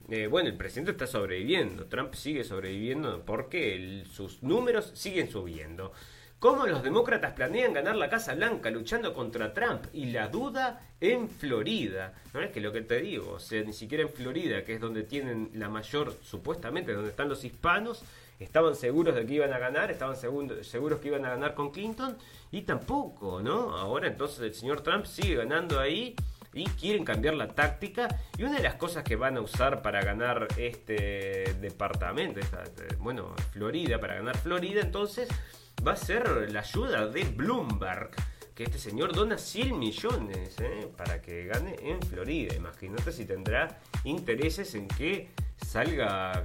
El presidente está sobreviviendo, Trump sigue sobreviviendo porque sus números siguen subiendo. ¿Cómo los demócratas planean ganar la Casa Blanca luchando contra Trump? Y la duda en Florida. No es que lo que te digo, o sea, ni siquiera en Florida, que es donde tienen la mayor, supuestamente, donde están los hispanos, estaban seguros de que iban a ganar, estaban seguros que iban a ganar con Clinton, y tampoco, ¿no? Ahora entonces el señor Trump sigue ganando ahí, y quieren cambiar la táctica. Y una de las cosas que van a usar para ganar este departamento, Florida, para ganar Florida, entonces va a ser la ayuda de Bloomberg, que este señor dona 100 millones para que gane en Florida. Imagínate si tendrá intereses en que salga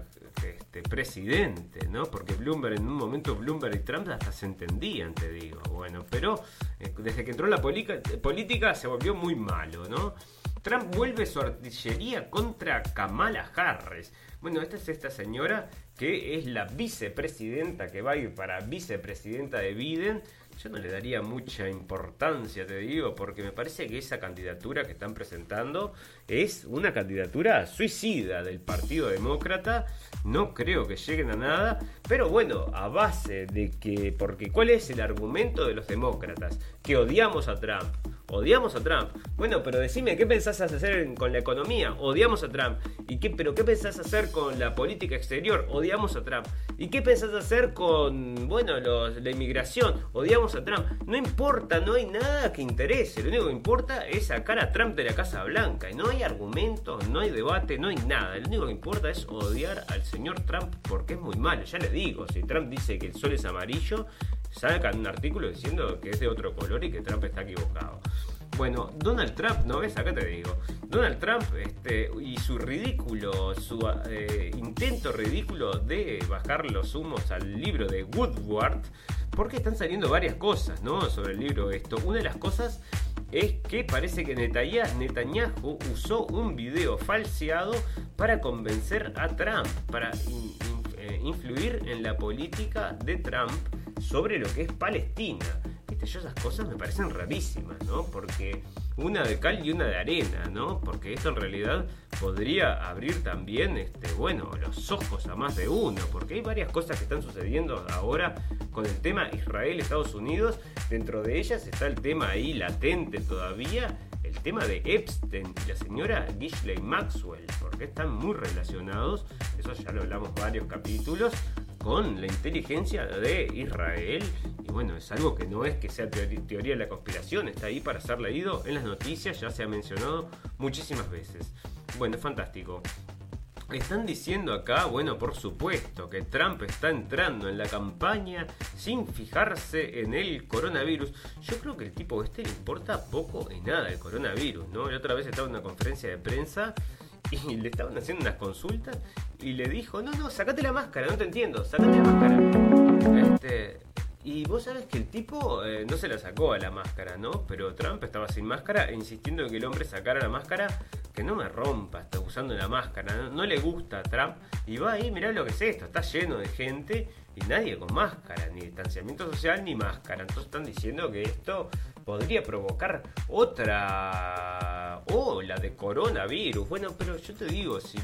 presidente, ¿no? Porque Bloomberg, en un momento Bloomberg y Trump hasta se entendían, te digo. Bueno, pero desde que entró en la política se volvió muy malo, ¿no? Trump vuelve su artillería contra Kamala Harris. Bueno, esta es esta señora que es la vicepresidenta, que va a ir para vicepresidenta de Biden. Yo no le daría mucha importancia, te digo, porque me parece que esa candidatura que están presentando es una candidatura suicida del Partido Demócrata. No creo que lleguen a nada, pero bueno, a base de que... Porque ¿cuál es el argumento de los demócratas? Que odiamos a Trump. odiamos a Trump. Bueno, pero decime, ¿qué pensás hacer con la economía? Odiamos a Trump. ¿Pero qué pensás hacer con la política exterior? Odiamos a Trump. ¿Y qué pensás hacer con, la inmigración? Odiamos a Trump. No importa, no hay nada que interese. Lo único que importa es sacar a Trump de la Casa Blanca. Y no hay argumentos, no hay debate, no hay nada. Lo único que importa es odiar al señor Trump porque es muy malo. Ya les digo, si Trump dice que el sol es amarillo, sacan un artículo diciendo que es de otro color y que Trump está equivocado. Bueno, Donald Trump, ¿no ves? Acá te digo. Donald Trump y su ridículo, su intento ridículo de bajar los humos al libro de Woodward, porque están saliendo varias cosas, ¿no? Sobre el libro esto. Una de las cosas es que parece que Netanyahu usó un video falseado para convencer a Trump, para influir en la política de Trump sobre lo que es Palestina. Yo esas cosas me parecen rarísimas, ¿no? Porque una de cal y una de arena, ¿no? Porque esto en realidad podría abrir también, los ojos a más de uno, porque hay varias cosas que están sucediendo ahora con el tema Israel-Estados Unidos. Dentro de ellas está el tema ahí latente todavía, el tema de Epstein y la señora Ghislaine Maxwell, porque están muy relacionados, eso ya lo hablamos varios capítulos, con la inteligencia de Israel. Y bueno, es algo que no es que sea teoría de la conspiración, está ahí para ser leído en las noticias, ya se ha mencionado muchísimas veces. Bueno, es fantástico. Están diciendo acá, bueno, por supuesto, que Trump está entrando en la campaña sin fijarse en el coronavirus. Yo creo que el tipo le importa poco y nada el coronavirus, ¿no? La otra vez estaba en una conferencia de prensa y le estaban haciendo unas consultas y le dijo, no, sacate la máscara, no te entiendo, sacate la máscara. Y vos sabés que el tipo no se la sacó a la máscara, ¿no? Pero Trump estaba sin máscara insistiendo en que el hombre sacara la máscara, que no me rompa, está usando la máscara, no le gusta a Trump. Y va ahí, mirá lo que es esto, está lleno de gente y nadie con máscara, ni distanciamiento social ni máscara. Entonces están diciendo que esto podría provocar otra ola de coronavirus. Bueno, pero yo te digo, si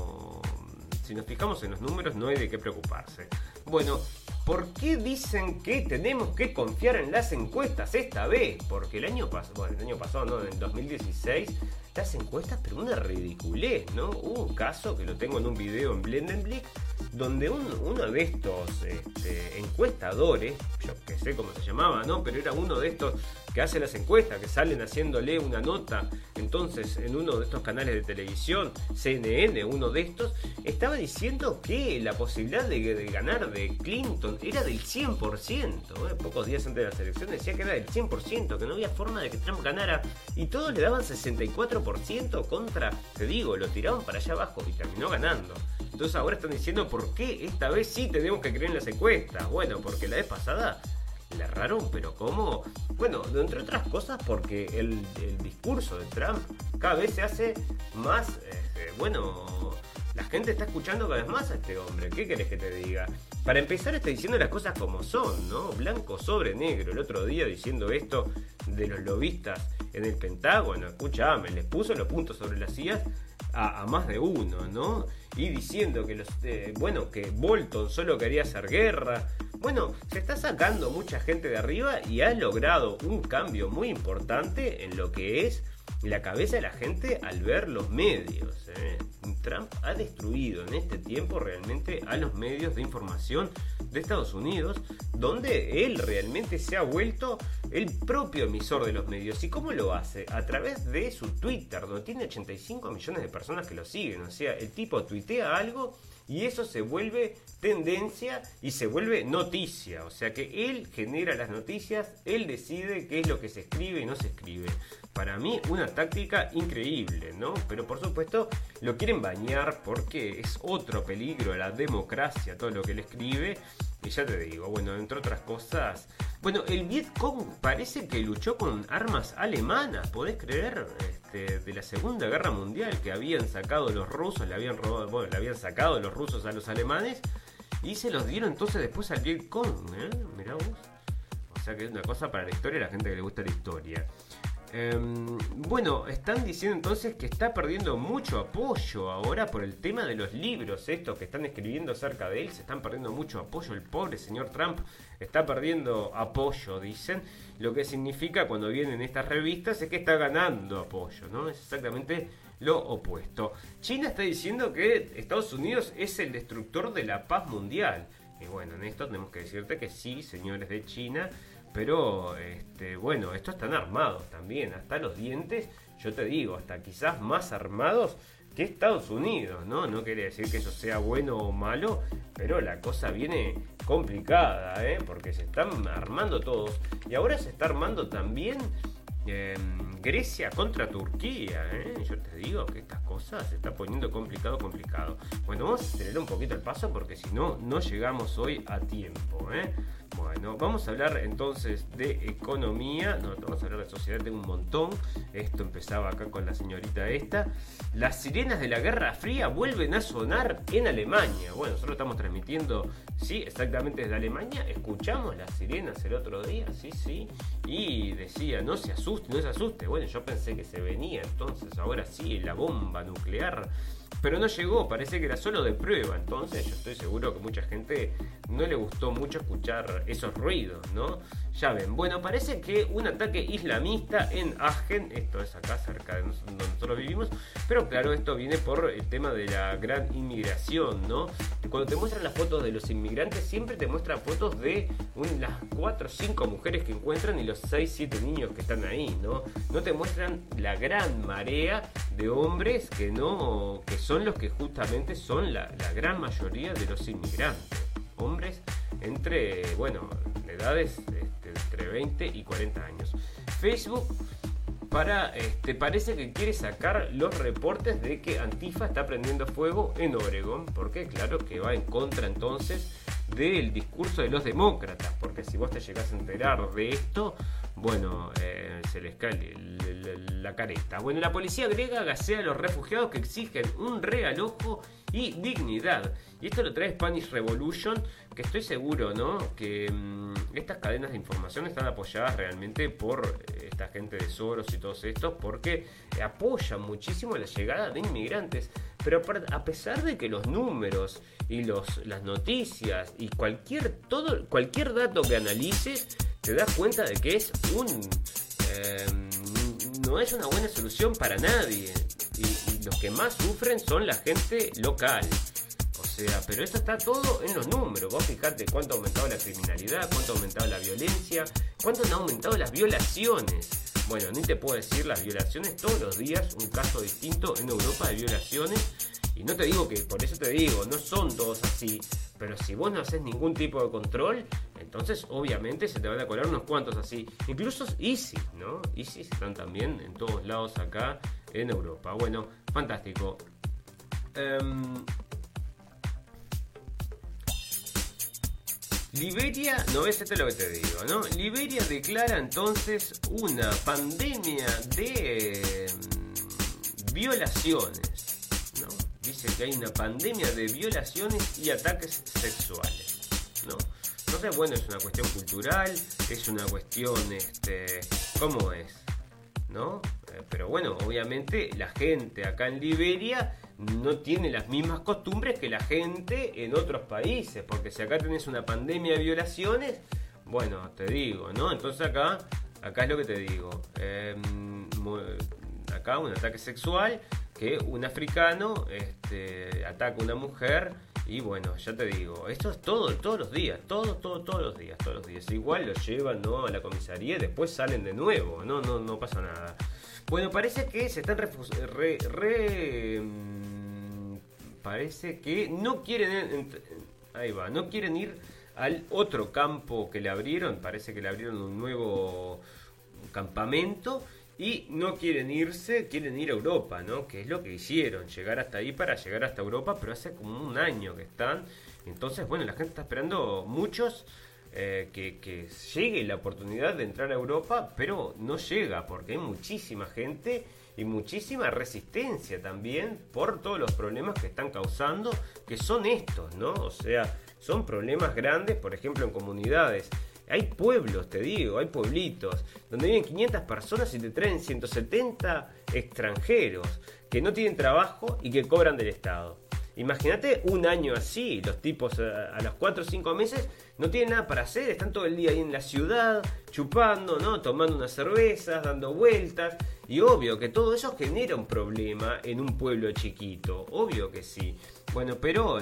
nos fijamos en los números no hay de qué preocuparse. Bueno, ¿por qué dicen que tenemos que confiar en las encuestas esta vez? Porque el año pasado, no, en el 2016, las encuestas, pero una ridiculez, ¿no? Hubo un caso que lo tengo en un video en Blendenblick, donde uno de estos encuestadores, yo que sé cómo se llamaba, ¿no? Pero era uno de estos que hace las encuestas, que salen haciéndole una nota, entonces en uno de estos canales de televisión, CNN, uno de estos, estaba diciendo que la posibilidad de ganar de Clinton era del 100%, pocos días antes de las elecciones decía que era del 100%, que no había forma de que Trump ganara, y todos le daban 64% contra, te digo, lo tiraban para allá abajo y terminó ganando. Entonces ahora están diciendo por qué esta vez sí tenemos que creer en las encuestas. Bueno, porque la vez pasada le erraron, pero ¿cómo? Bueno, entre otras cosas porque el discurso de Trump cada vez se hace más, la gente está escuchando cada vez más a este hombre. ¿Qué querés que te diga? Para empezar está diciendo las cosas como son, ¿no? Blanco sobre negro. El otro día diciendo esto de los lobistas en el Pentágono, escuchame, les puso los puntos sobre las sillas a más de uno, ¿no? Y diciendo que que Bolton solo quería hacer guerra. Bueno, se está sacando mucha gente de arriba y ha logrado un cambio muy importante en lo que es la cabeza de la gente al ver los medios. Trump ha destruido en este tiempo realmente a los medios de información de Estados Unidos, donde él realmente se ha vuelto el propio emisor de los medios. ¿Y cómo lo hace? A través de su Twitter, donde tiene 85 millones de personas que lo siguen. O sea, el tipo tuitea algo y eso se vuelve tendencia y se vuelve noticia. O sea que él genera las noticias, él decide qué es lo que se escribe y no se escribe. Para mí una táctica increíble, ¿no? Pero por supuesto lo quieren bañar porque es otro peligro a la democracia, todo lo que él escribe. Y ya te digo, bueno, entre otras cosas, bueno, el Vietcong parece que luchó con armas alemanas, ¿podés creer? De la Segunda Guerra Mundial, que habían sacado los rusos, le habían sacado los rusos a los alemanes y se los dieron entonces después al Vietcong, mirá vos. O sea que es una cosa para la historia, la gente que le gusta la historia. Bueno, están diciendo entonces que está perdiendo mucho apoyo ahora por el tema de los libros, estos que están escribiendo acerca de él, se están perdiendo mucho apoyo. El pobre señor Trump está perdiendo apoyo, dicen. Lo que significa cuando vienen estas revistas es que está ganando apoyo, ¿no? Es exactamente lo opuesto. China está diciendo que Estados Unidos es el destructor de la paz mundial. Y bueno, en esto tenemos que decirte que sí, señores de China. Pero, bueno, estos están armados también, hasta los dientes, yo te digo, hasta quizás más armados que Estados Unidos, ¿no? No quiere decir que eso sea bueno o malo, pero la cosa viene complicada, porque se están armando todos. Y ahora se está armando también Grecia contra Turquía, yo te digo que estas cosas se está poniendo complicado. Bueno, vamos a acelerar un poquito el paso porque si no, no llegamos hoy a tiempo, Bueno, vamos a hablar entonces de economía, no, vamos a hablar de sociedad, tengo un montón. Esto empezaba acá con la señorita esta. Las sirenas de la Guerra Fría vuelven a sonar en Alemania. Bueno, nosotros estamos transmitiendo, sí, exactamente desde Alemania. Escuchamos las sirenas el otro día, sí, y decía, no se asuste. Bueno, yo pensé que se venía, entonces ahora sí, la bomba nuclear. Pero no llegó, parece que era solo de prueba. Entonces yo estoy seguro que mucha gente no le gustó mucho escuchar esos ruidos, ¿no? Ya ven, bueno, parece que un ataque islamista en Agen, esto es acá cerca de donde nosotros vivimos, pero claro, esto viene por el tema de la gran inmigración, ¿no? Cuando te muestran las fotos de los inmigrantes, siempre te muestran fotos de las 4 o 5 mujeres que encuentran y los 6, 7 niños que están ahí, ¿no? No te muestran la gran marea de hombres que son los que justamente son la gran mayoría de los inmigrantes. Hombres entre, de edades entre 20 y 40 años. Facebook parece que quiere sacar los reportes de que Antifa está prendiendo fuego en Oregón, porque claro que va en contra entonces del discurso de los demócratas, porque si vos te llegás a enterar de esto, se les cae la careta. Bueno, la policía griega gasea a los refugiados que exigen un realojo y dignidad. Y esto lo trae Spanish Revolution, que estoy seguro, ¿no?, que estas cadenas de información están apoyadas realmente por esta gente de Soros y todos estos, porque apoyan muchísimo la llegada de inmigrantes. Pero a pesar de que los números y las noticias y cualquier dato que analices, te das cuenta de que es no es una buena solución para nadie. Y los que más sufren son la gente local. O sea, pero esto está todo en los números. Vos fijate cuánto ha aumentado la criminalidad, cuánto ha aumentado la violencia, cuánto han aumentado las violaciones. Bueno, ni te puedo decir las violaciones todos los días, un caso distinto en Europa de violaciones. Y no te digo que, por eso te digo, no son todos así. Pero si vos no haces ningún tipo de control, entonces obviamente se te van a colar unos cuantos así. Incluso ISIS, ¿no? ISIS están también en todos lados acá en Europa. Bueno, fantástico. Liberia, no es esto lo que te digo, ¿no? Liberia declara entonces una pandemia de violaciones, ¿no? Dice que hay una pandemia de violaciones y ataques sexuales, ¿no? No sé, bueno, es una cuestión cultural, es una cuestión, ¿cómo es? ¿No? Pero bueno, obviamente la gente acá en Liberia no tiene las mismas costumbres que la gente en otros países, porque si acá tenés una pandemia de violaciones, bueno, te digo, ¿no? Entonces acá es lo que te digo, acá un ataque sexual, que un africano ataca a una mujer, y bueno, ya te digo, esto es todos los días, todos los días, igual lo llevan, ¿no?, a la comisaría y después salen de nuevo, no pasa nada. Bueno, parece que se están parece que no quieren no quieren ir al otro campo que le abrieron, parece que le abrieron un nuevo campamento y no quieren irse, quieren ir a Europa, ¿no? Que es lo que hicieron, llegar hasta ahí para llegar hasta Europa, pero hace como un año que están. Entonces, bueno, la gente está esperando, muchos, que llegue la oportunidad de entrar a Europa, pero no llega porque hay muchísima gente y muchísima resistencia también por todos los problemas que están causando, que son estos, ¿no? O sea, son problemas grandes, por ejemplo, en comunidades Hay pueblos, te digo, hay pueblitos donde viven 500 personas y te traen 170 extranjeros que no tienen trabajo y que cobran del Estado. Imagínate un año así, los tipos a los 4 o 5 meses no tienen nada para hacer, están todo el día ahí en la ciudad, chupando, ¿no? Tomando unas cervezas, dando vueltas, y obvio que todo eso genera un problema en un pueblo chiquito, obvio que sí. Bueno, pero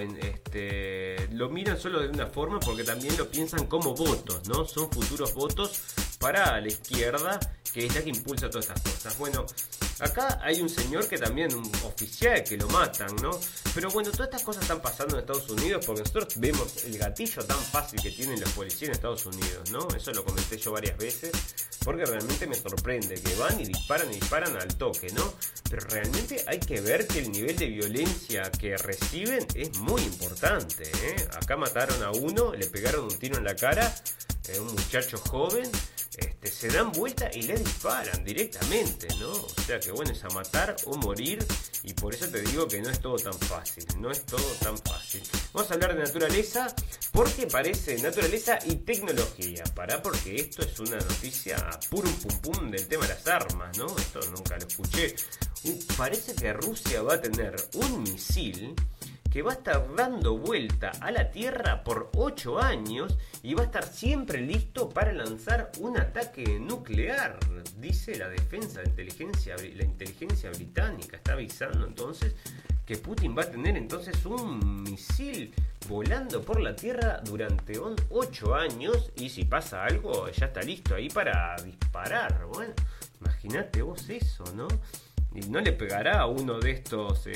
lo miran solo de una forma porque también lo piensan como votos, ¿no? Son futuros votos para la izquierda, que es la que impulsa todas estas cosas. Bueno, acá hay un señor que también, un oficial, que lo matan, ¿no? Pero bueno, todas estas cosas están pasando en Estados Unidos porque nosotros vemos el gatillo tan fácil que tienen los policías en Estados Unidos, ¿no? Eso lo comenté yo varias veces porque realmente me sorprende que van y disparan al toque, ¿no? Pero realmente hay que ver que el nivel de violencia que reciben es muy importante, ¿eh? Acá mataron a uno, le pegaron un tiro en la cara, un muchacho joven. Se dan vuelta y le disparan directamente, ¿no? O sea que bueno, es a matar o morir, y por eso te digo que no es todo tan fácil, no es todo tan fácil. Vamos a hablar de naturaleza, porque parece naturaleza y tecnología, porque esto es una noticia purum pum pum del tema de las armas, ¿no? Esto nunca lo escuché. Parece que Rusia va a tener un misil que va a estar dando vuelta a la Tierra por 8 años y va a estar siempre listo para lanzar un ataque nuclear, dice la defensa de la inteligencia británica. Está avisando entonces que Putin va a tener entonces un misil volando por la Tierra durante 8 años, y si pasa algo ya está listo ahí para disparar. Bueno, imagínate vos eso, ¿no? Y no le pegará a uno de estos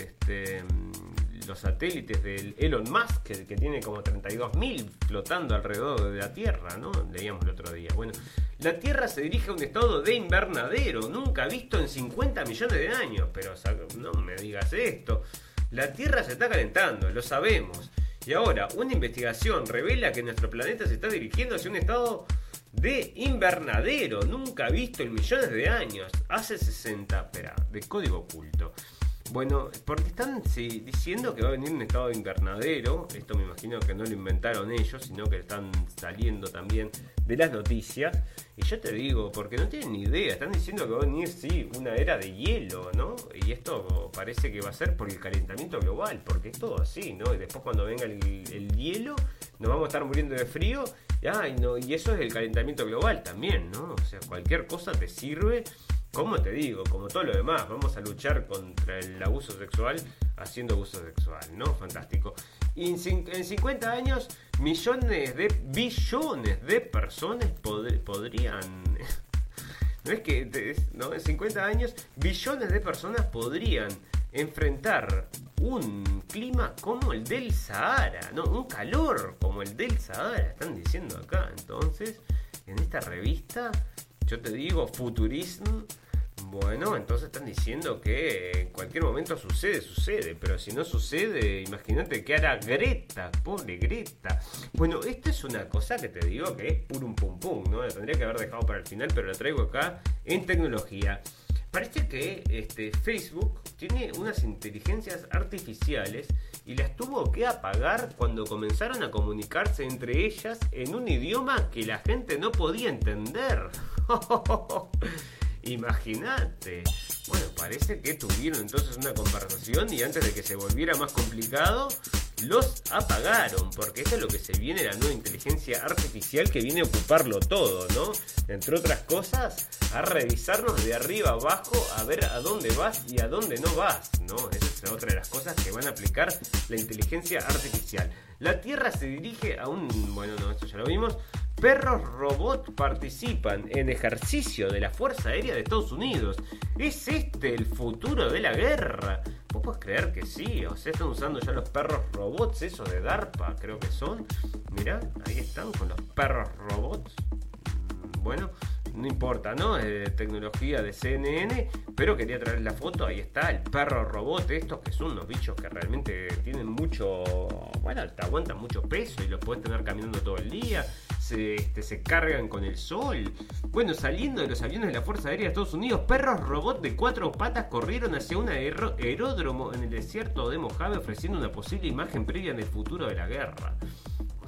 los satélites del Elon Musk, que tiene como 32.000 flotando alrededor de la Tierra, ¿no? Leíamos el otro día. Bueno, la Tierra se dirige a un estado de invernadero, nunca visto en 50 millones de años. Pero no me digas esto. La Tierra se está calentando, lo sabemos. Y ahora, una investigación revela que nuestro planeta se está dirigiendo hacia un estado de invernadero, nunca visto en millones de años. Hace 60, de código oculto. Bueno, porque están diciendo que va a venir un estado de invernadero. Esto me imagino que no lo inventaron ellos, sino que están saliendo también de las noticias. Y yo te digo, porque no tienen ni idea, están diciendo que va a venir, sí, una era de hielo, ¿no? Y esto parece que va a ser por el calentamiento global, porque es todo así, ¿no? Y después cuando venga el hielo, nos vamos a estar muriendo de frío. Y eso es el calentamiento global también, ¿no? O sea, cualquier cosa te sirve. Como te digo, como todo lo demás, vamos a luchar contra el abuso sexual haciendo abuso sexual, ¿no? Fantástico. Y en 50 años, billones de personas podrían... No es que... ¿no? En 50 años, billones de personas podrían enfrentar un clima como el del Sahara, ¿no? Un calor como el del Sahara, están diciendo acá. Entonces, en esta revista... Yo te digo, Futurism, bueno, entonces están diciendo que en cualquier momento sucede, pero si no sucede, imagínate qué hará Greta, pobre Greta. Bueno, esta es una cosa que te digo que es purum pum pum, ¿no? La tendría que haber dejado para el final, pero la traigo acá en tecnología. Parece que Facebook tiene unas inteligencias artificiales y las tuvo que apagar cuando comenzaron a comunicarse entre ellas en un idioma que la gente no podía entender. Imagínate. Bueno, parece que tuvieron entonces una conversación y antes de que se volviera más complicado, los apagaron, porque eso es lo que se viene, la nueva inteligencia artificial que viene a ocuparlo todo, ¿no? Entre otras cosas, a revisarnos de arriba abajo, a ver a dónde vas y a dónde no vas, ¿no? Esa es otra de las cosas que van a aplicar la inteligencia artificial. La Tierra se dirige a bueno, no, esto ya lo vimos. Perros robot participan en ejercicio de la Fuerza Aérea de Estados Unidos. ¿Es este el futuro de la guerra? ¿Vos podés creer que sí? O sea, están usando ya los perros robots, esos de DARPA, creo que son. Mirá, ahí están con los perros robots. Bueno, no importa, ¿no? Es tecnología de CNN, pero quería traer la foto. Ahí está, el perro robot, estos que son unos bichos que realmente tienen mucho... Bueno, te aguantan mucho peso y los podés tener caminando todo el día. Se cargan con el sol. Bueno, saliendo de los aviones de la Fuerza Aérea de Estados Unidos, perros robot de 4 patas corrieron hacia un aeródromo en el desierto de Mojave, ofreciendo una posible imagen previa del futuro de la guerra. O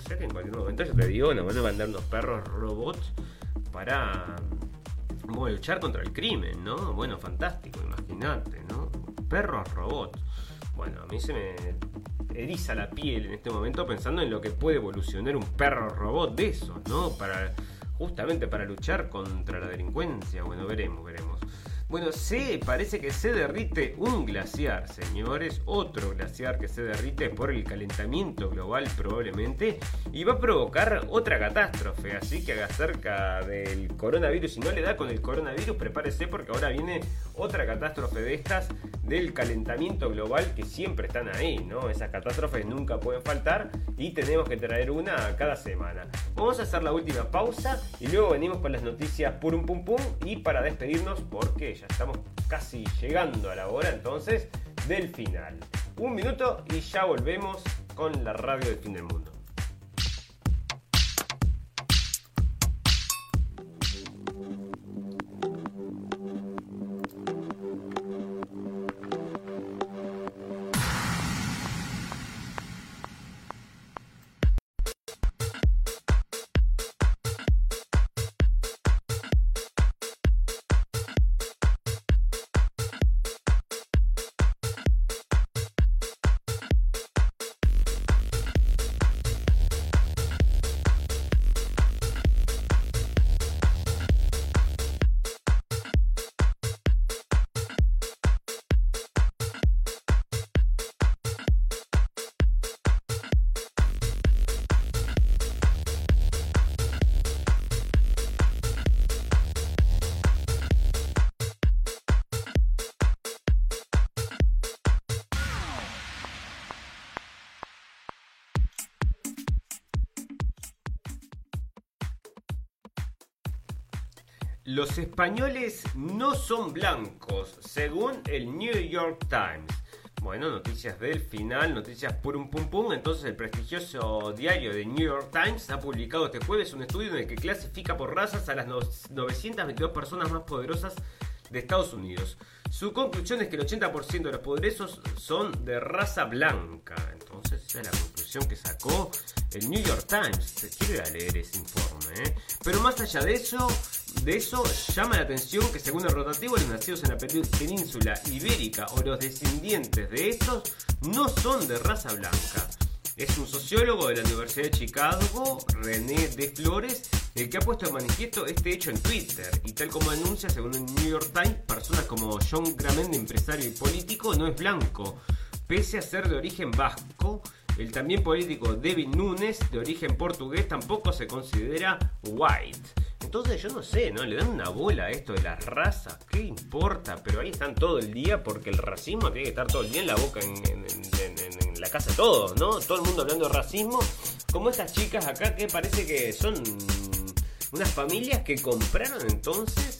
sea que en cualquier momento, yo te digo, nos van a mandar unos perros robots para luchar contra el crimen, ¿no? Bueno, fantástico, imagínate, ¿no? Perros robots. Bueno, a mí se me eriza la piel en este momento pensando en lo que puede evolucionar un perro robot de esos, ¿no? Justamente para luchar contra la delincuencia. Bueno, veremos. Bueno, parece que se derrite un glaciar, señores. Otro glaciar que se derrite por el calentamiento global probablemente. Y va a provocar otra catástrofe. Así que acerca del coronavirus, si no le da con el coronavirus, prepárese porque ahora viene otra catástrofe de estas del calentamiento global que siempre están ahí, ¿no? Esas catástrofes nunca pueden faltar y tenemos que traer una cada semana. Vamos a hacer la última pausa y luego venimos con las noticias purum pum pum y para despedirnos porque ya estamos casi llegando a la hora entonces del final. 1 minuto y ya volvemos con la radio del fin del mundo. Los españoles no son blancos, según el New York Times. Bueno, noticias del final, noticias purum pum pum. Entonces el prestigioso diario de New York Times ha publicado este jueves un estudio en el que clasifica por razas a las 922 personas más poderosas de Estados Unidos. Su conclusión es que el 80% de los poderosos son de raza blanca. Entonces esa es la conclusión que sacó el New York Times. Quiero ir a leer ese informe, ¿eh? Pero más allá de eso llama la atención que según el rotativo, los nacidos en la península ibérica o los descendientes de estos no son de raza blanca. Es un sociólogo de la Universidad de Chicago, René de Flores, el que ha puesto de manifiesto este hecho en Twitter. Y tal como anuncia, según el New York Times, personas como John Gramendi, empresario y político, no es blanco, pese a ser de origen vasco. El también político David Nunes, de origen portugués, tampoco se considera white. Entonces yo no sé, ¿no? Le dan una bola a esto de las razas, ¿qué importa? Pero ahí están todo el día porque el racismo tiene que estar todo el día en la boca, en la casa de todos, ¿no? Todo el mundo hablando de racismo, como estas chicas acá que parece que son unas familias que compraron entonces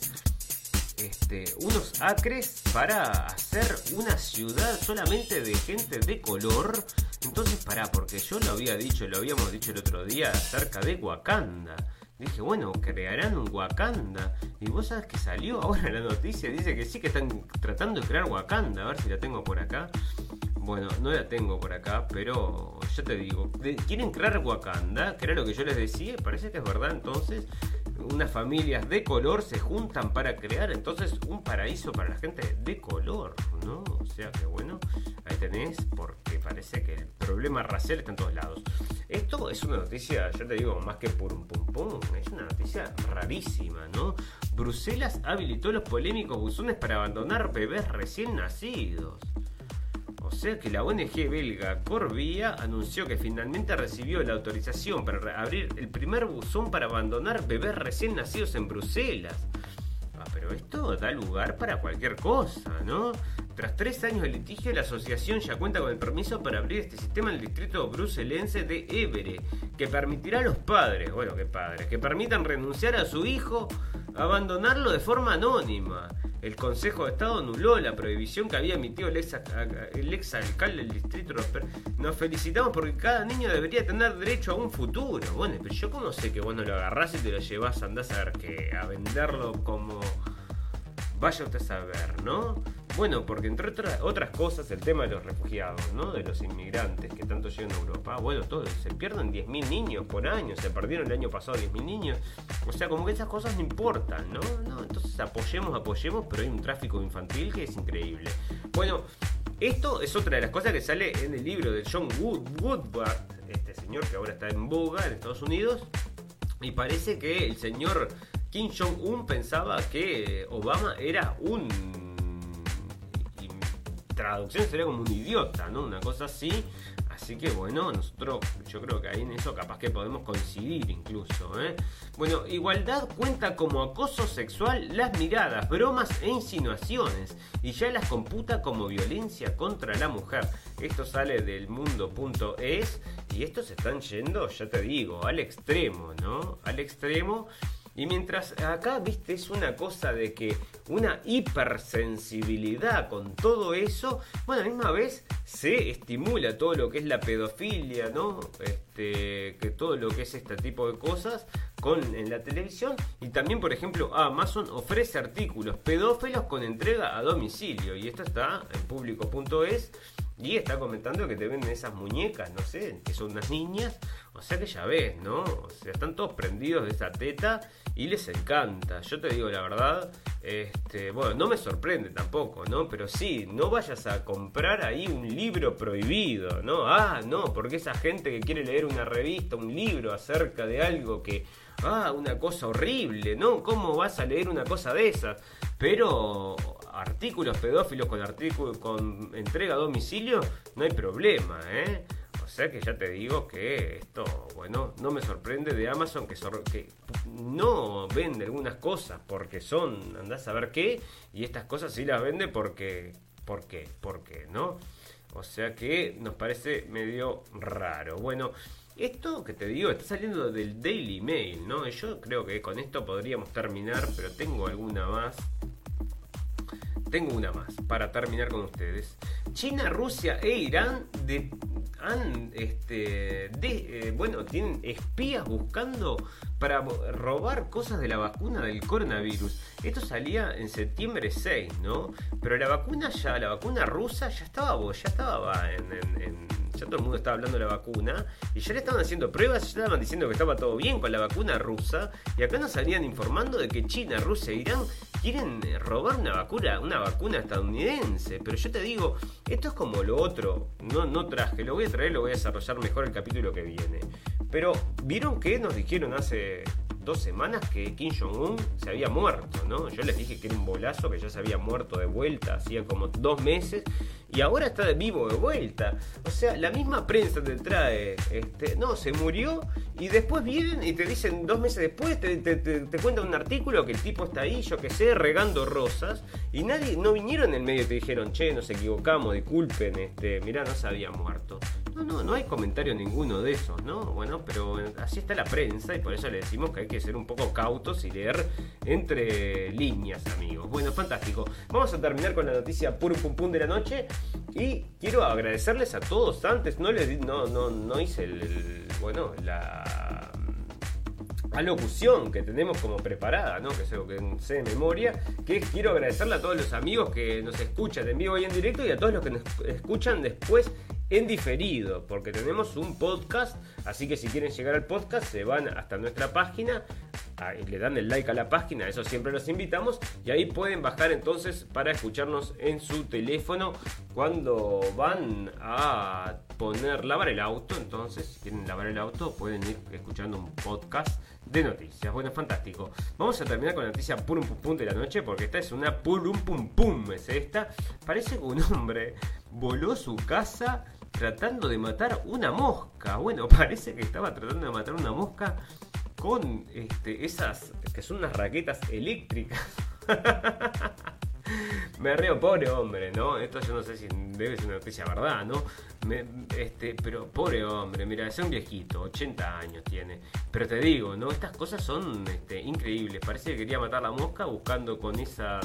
unos acres para hacer una ciudad solamente de gente de color. Entonces porque yo lo habíamos dicho el otro día acerca de Wakanda. Dije, bueno, crearán un Wakanda. Y vos sabés que salió ahora la noticia, dice que sí, que están tratando de crear Wakanda. A ver si la tengo por acá. Bueno, no la tengo por acá, pero ya te digo, quieren crear Wakanda, que era lo que yo les decía, parece que es verdad. Entonces, unas familias de color se juntan para crear entonces un paraíso para la gente de color, ¿no? O sea que bueno, ahí tenés, porque parece que el problema racial está en todos lados. Esto es una noticia, yo te digo, más que purum pum pum, es una noticia rarísima, ¿no? Bruselas habilitó los polémicos buzones para abandonar bebés recién nacidos. O sea que la ONG belga Corvia anunció que finalmente recibió la autorización para abrir el primer buzón para abandonar bebés recién nacidos en Bruselas. Pero esto da lugar para cualquier cosa, ¿no? Tras 3 años de litigio, la asociación ya cuenta con el permiso para abrir este sistema en el distrito bruselense de Évere, que permitirá a los padres, que permitan renunciar a su hijo, abandonarlo de forma anónima. El Consejo de Estado anuló la prohibición que había emitido el ex alcalde del distrito. Nos felicitamos porque cada niño debería tener derecho a un futuro. Bueno, pero yo cómo sé que vos no lo agarrás y te lo llevás, andás a ver qué, a venderlo como Vaya usted a saber, ¿no? Bueno, porque entre otras cosas, el tema de los refugiados, ¿no? De los inmigrantes que tanto llegan a Europa. Bueno, se pierden 10.000 niños por año, se perdieron el año pasado 10.000 niños. O sea, como que esas cosas no importan, ¿no? Entonces apoyemos, pero hay un tráfico infantil que es increíble. Bueno, esto es otra de las cosas que sale en el libro de John Woodward, este señor que ahora está en boga en Estados Unidos. Y parece que el señor Kim Jong-un pensaba que Obama era traducción sería como un idiota, ¿no? Una cosa así. Así que bueno, yo creo que ahí en eso capaz que podemos coincidir incluso, ¿eh? Bueno, igualdad cuenta como acoso sexual las miradas, bromas e insinuaciones y ya las computa como violencia contra la mujer. Esto sale del mundo.es y estos están yendo, ya te digo, al extremo, ¿no? Al extremo. Y mientras acá, viste, es una cosa de que una hipersensibilidad con todo eso, bueno, a la misma vez se estimula todo lo que es la pedofilia, ¿no? Que todo lo que es este tipo de cosas en la televisión. Y también, por ejemplo, Amazon ofrece artículos pedófilos con entrega a domicilio. Y esto está en público.es. Y está comentando que te venden esas muñecas, no sé, que son unas niñas. O sea que ya ves, ¿no? O sea, están todos prendidos de esa teta y les encanta. Yo te digo la verdad, bueno, no me sorprende tampoco, ¿no? Pero sí, no vayas a comprar ahí un libro prohibido, ¿no? No, porque esa gente que quiere leer una revista, un libro acerca de algo que... una cosa horrible, ¿no? ¿Cómo vas a leer una cosa de esas? Pero artículos pedófilos con entrega a domicilio, no hay problema, ¿eh? O sea que ya te digo que esto, bueno, no me sorprende de Amazon que no vende algunas cosas porque son, andás a ver qué, y estas cosas sí las vende porque, ¿no? O sea que nos parece medio raro. Bueno, esto que te digo está saliendo del Daily Mail, ¿no? Y yo creo que con esto podríamos terminar, pero tengo una más para terminar con ustedes. China, Rusia e Irán tienen espías buscando para robar cosas de la vacuna del coronavirus. Esto salía en septiembre 6, ¿no? Pero la vacuna rusa ya estaba ya todo el mundo estaba hablando de la vacuna y ya le estaban haciendo pruebas, ya estaban diciendo que estaba todo bien con la vacuna rusa, y acá nos salían informando de que China, Rusia e Irán quieren robar una vacuna estadounidense. Pero yo te digo, esto es como lo otro, no traje, lo voy a desarrollar mejor el capítulo que viene. Pero vieron que nos dijeron hace 2 semanas que Kim Jong-un se había muerto, ¿no? Yo les dije que era un bolazo, que ya se había muerto de vuelta, hacía como 2 meses, y ahora está vivo de vuelta. O sea, la misma prensa te trae, se murió, y después vienen y te dicen 2 meses después, te cuentan un artículo que el tipo está ahí, yo qué sé, regando rosas, y no vinieron en el medio y te dijeron, che, nos equivocamos, disculpen, mirá, no se había muerto. No hay comentario ninguno de esos, ¿no? Bueno, pero así está la prensa y por eso le decimos que hay que ser un poco cautos y leer entre líneas, amigos. Bueno, fantástico. Vamos a terminar con la noticia pum pum pum de la noche y quiero agradecerles a todos antes. No hice la alocución que tenemos como preparada, ¿no? Que es algo que sé de memoria, que quiero agradecerle a todos los amigos que nos escuchan en vivo y en directo y a todos los que nos escuchan después en diferido, porque tenemos un podcast, así que si quieren llegar al podcast se van hasta nuestra página y le dan el like a la página, eso siempre los invitamos, y ahí pueden bajar entonces para escucharnos en su teléfono cuando van a lavar el auto. Entonces si quieren lavar el auto pueden ir escuchando un podcast de noticias. Bueno, fantástico. Vamos a terminar con la noticia purum pum pum de la noche, porque esta es una purum pum pum, es esta. Parece que un hombre voló su casa tratando de matar una mosca. Bueno, parece que estaba tratando de matar una mosca con esas que son unas raquetas eléctricas. Me río, pobre hombre, ¿no? Esto yo no sé si debe ser una noticia verdad, ¿no? Pero pobre hombre, mira, es un viejito, 80 años tiene. Pero te digo, ¿no? Estas cosas son increíbles. Parece que quería matar la mosca buscando con esa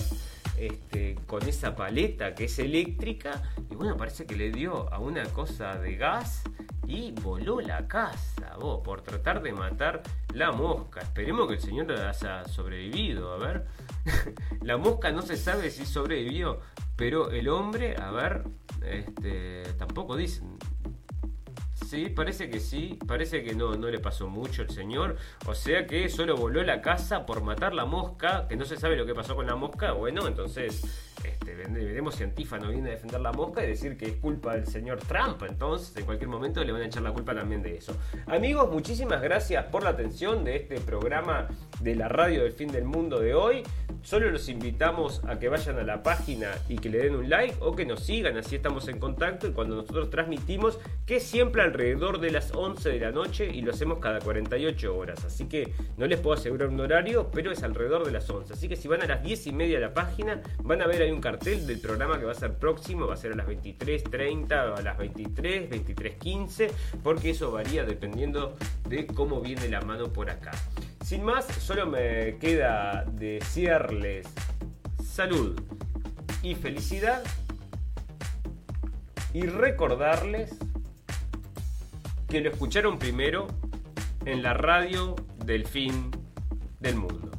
paleta que es eléctrica. Y bueno, parece que le dio a una cosa de gas y voló la casa, por tratar de matar la mosca. Esperemos que el señor haya sobrevivido, a ver. La mosca no se sabe si sobrevivió, pero el hombre, a ver, tampoco dicen. Sí, parece que no le pasó mucho al señor, o sea que solo voló la casa por matar la mosca, que no se sabe lo que pasó con la mosca. Bueno, entonces veremos si Antifa no viene a defender la mosca y decir que es culpa del señor Trump, entonces en cualquier momento le van a echar la culpa también de eso. Amigos, muchísimas gracias por la atención de este programa de la radio del fin del mundo de hoy. Solo los invitamos a que vayan a la página y que le den un like o que nos sigan, así estamos en contacto, y cuando nosotros transmitimos, que es siempre alrededor de las 11 de la noche y lo hacemos cada 48 horas, así que no les puedo asegurar un horario, pero es alrededor de las 11, así que si van a las 10:30 a la página, van a ver ahí un cartel del programa que va a ser próximo, va a ser a las 23:30, a las 23, 23:15, porque eso varía dependiendo de cómo viene la mano por acá. Sin más, solo me queda desearles salud y felicidad y recordarles que lo escucharon primero en la radio del fin del mundo.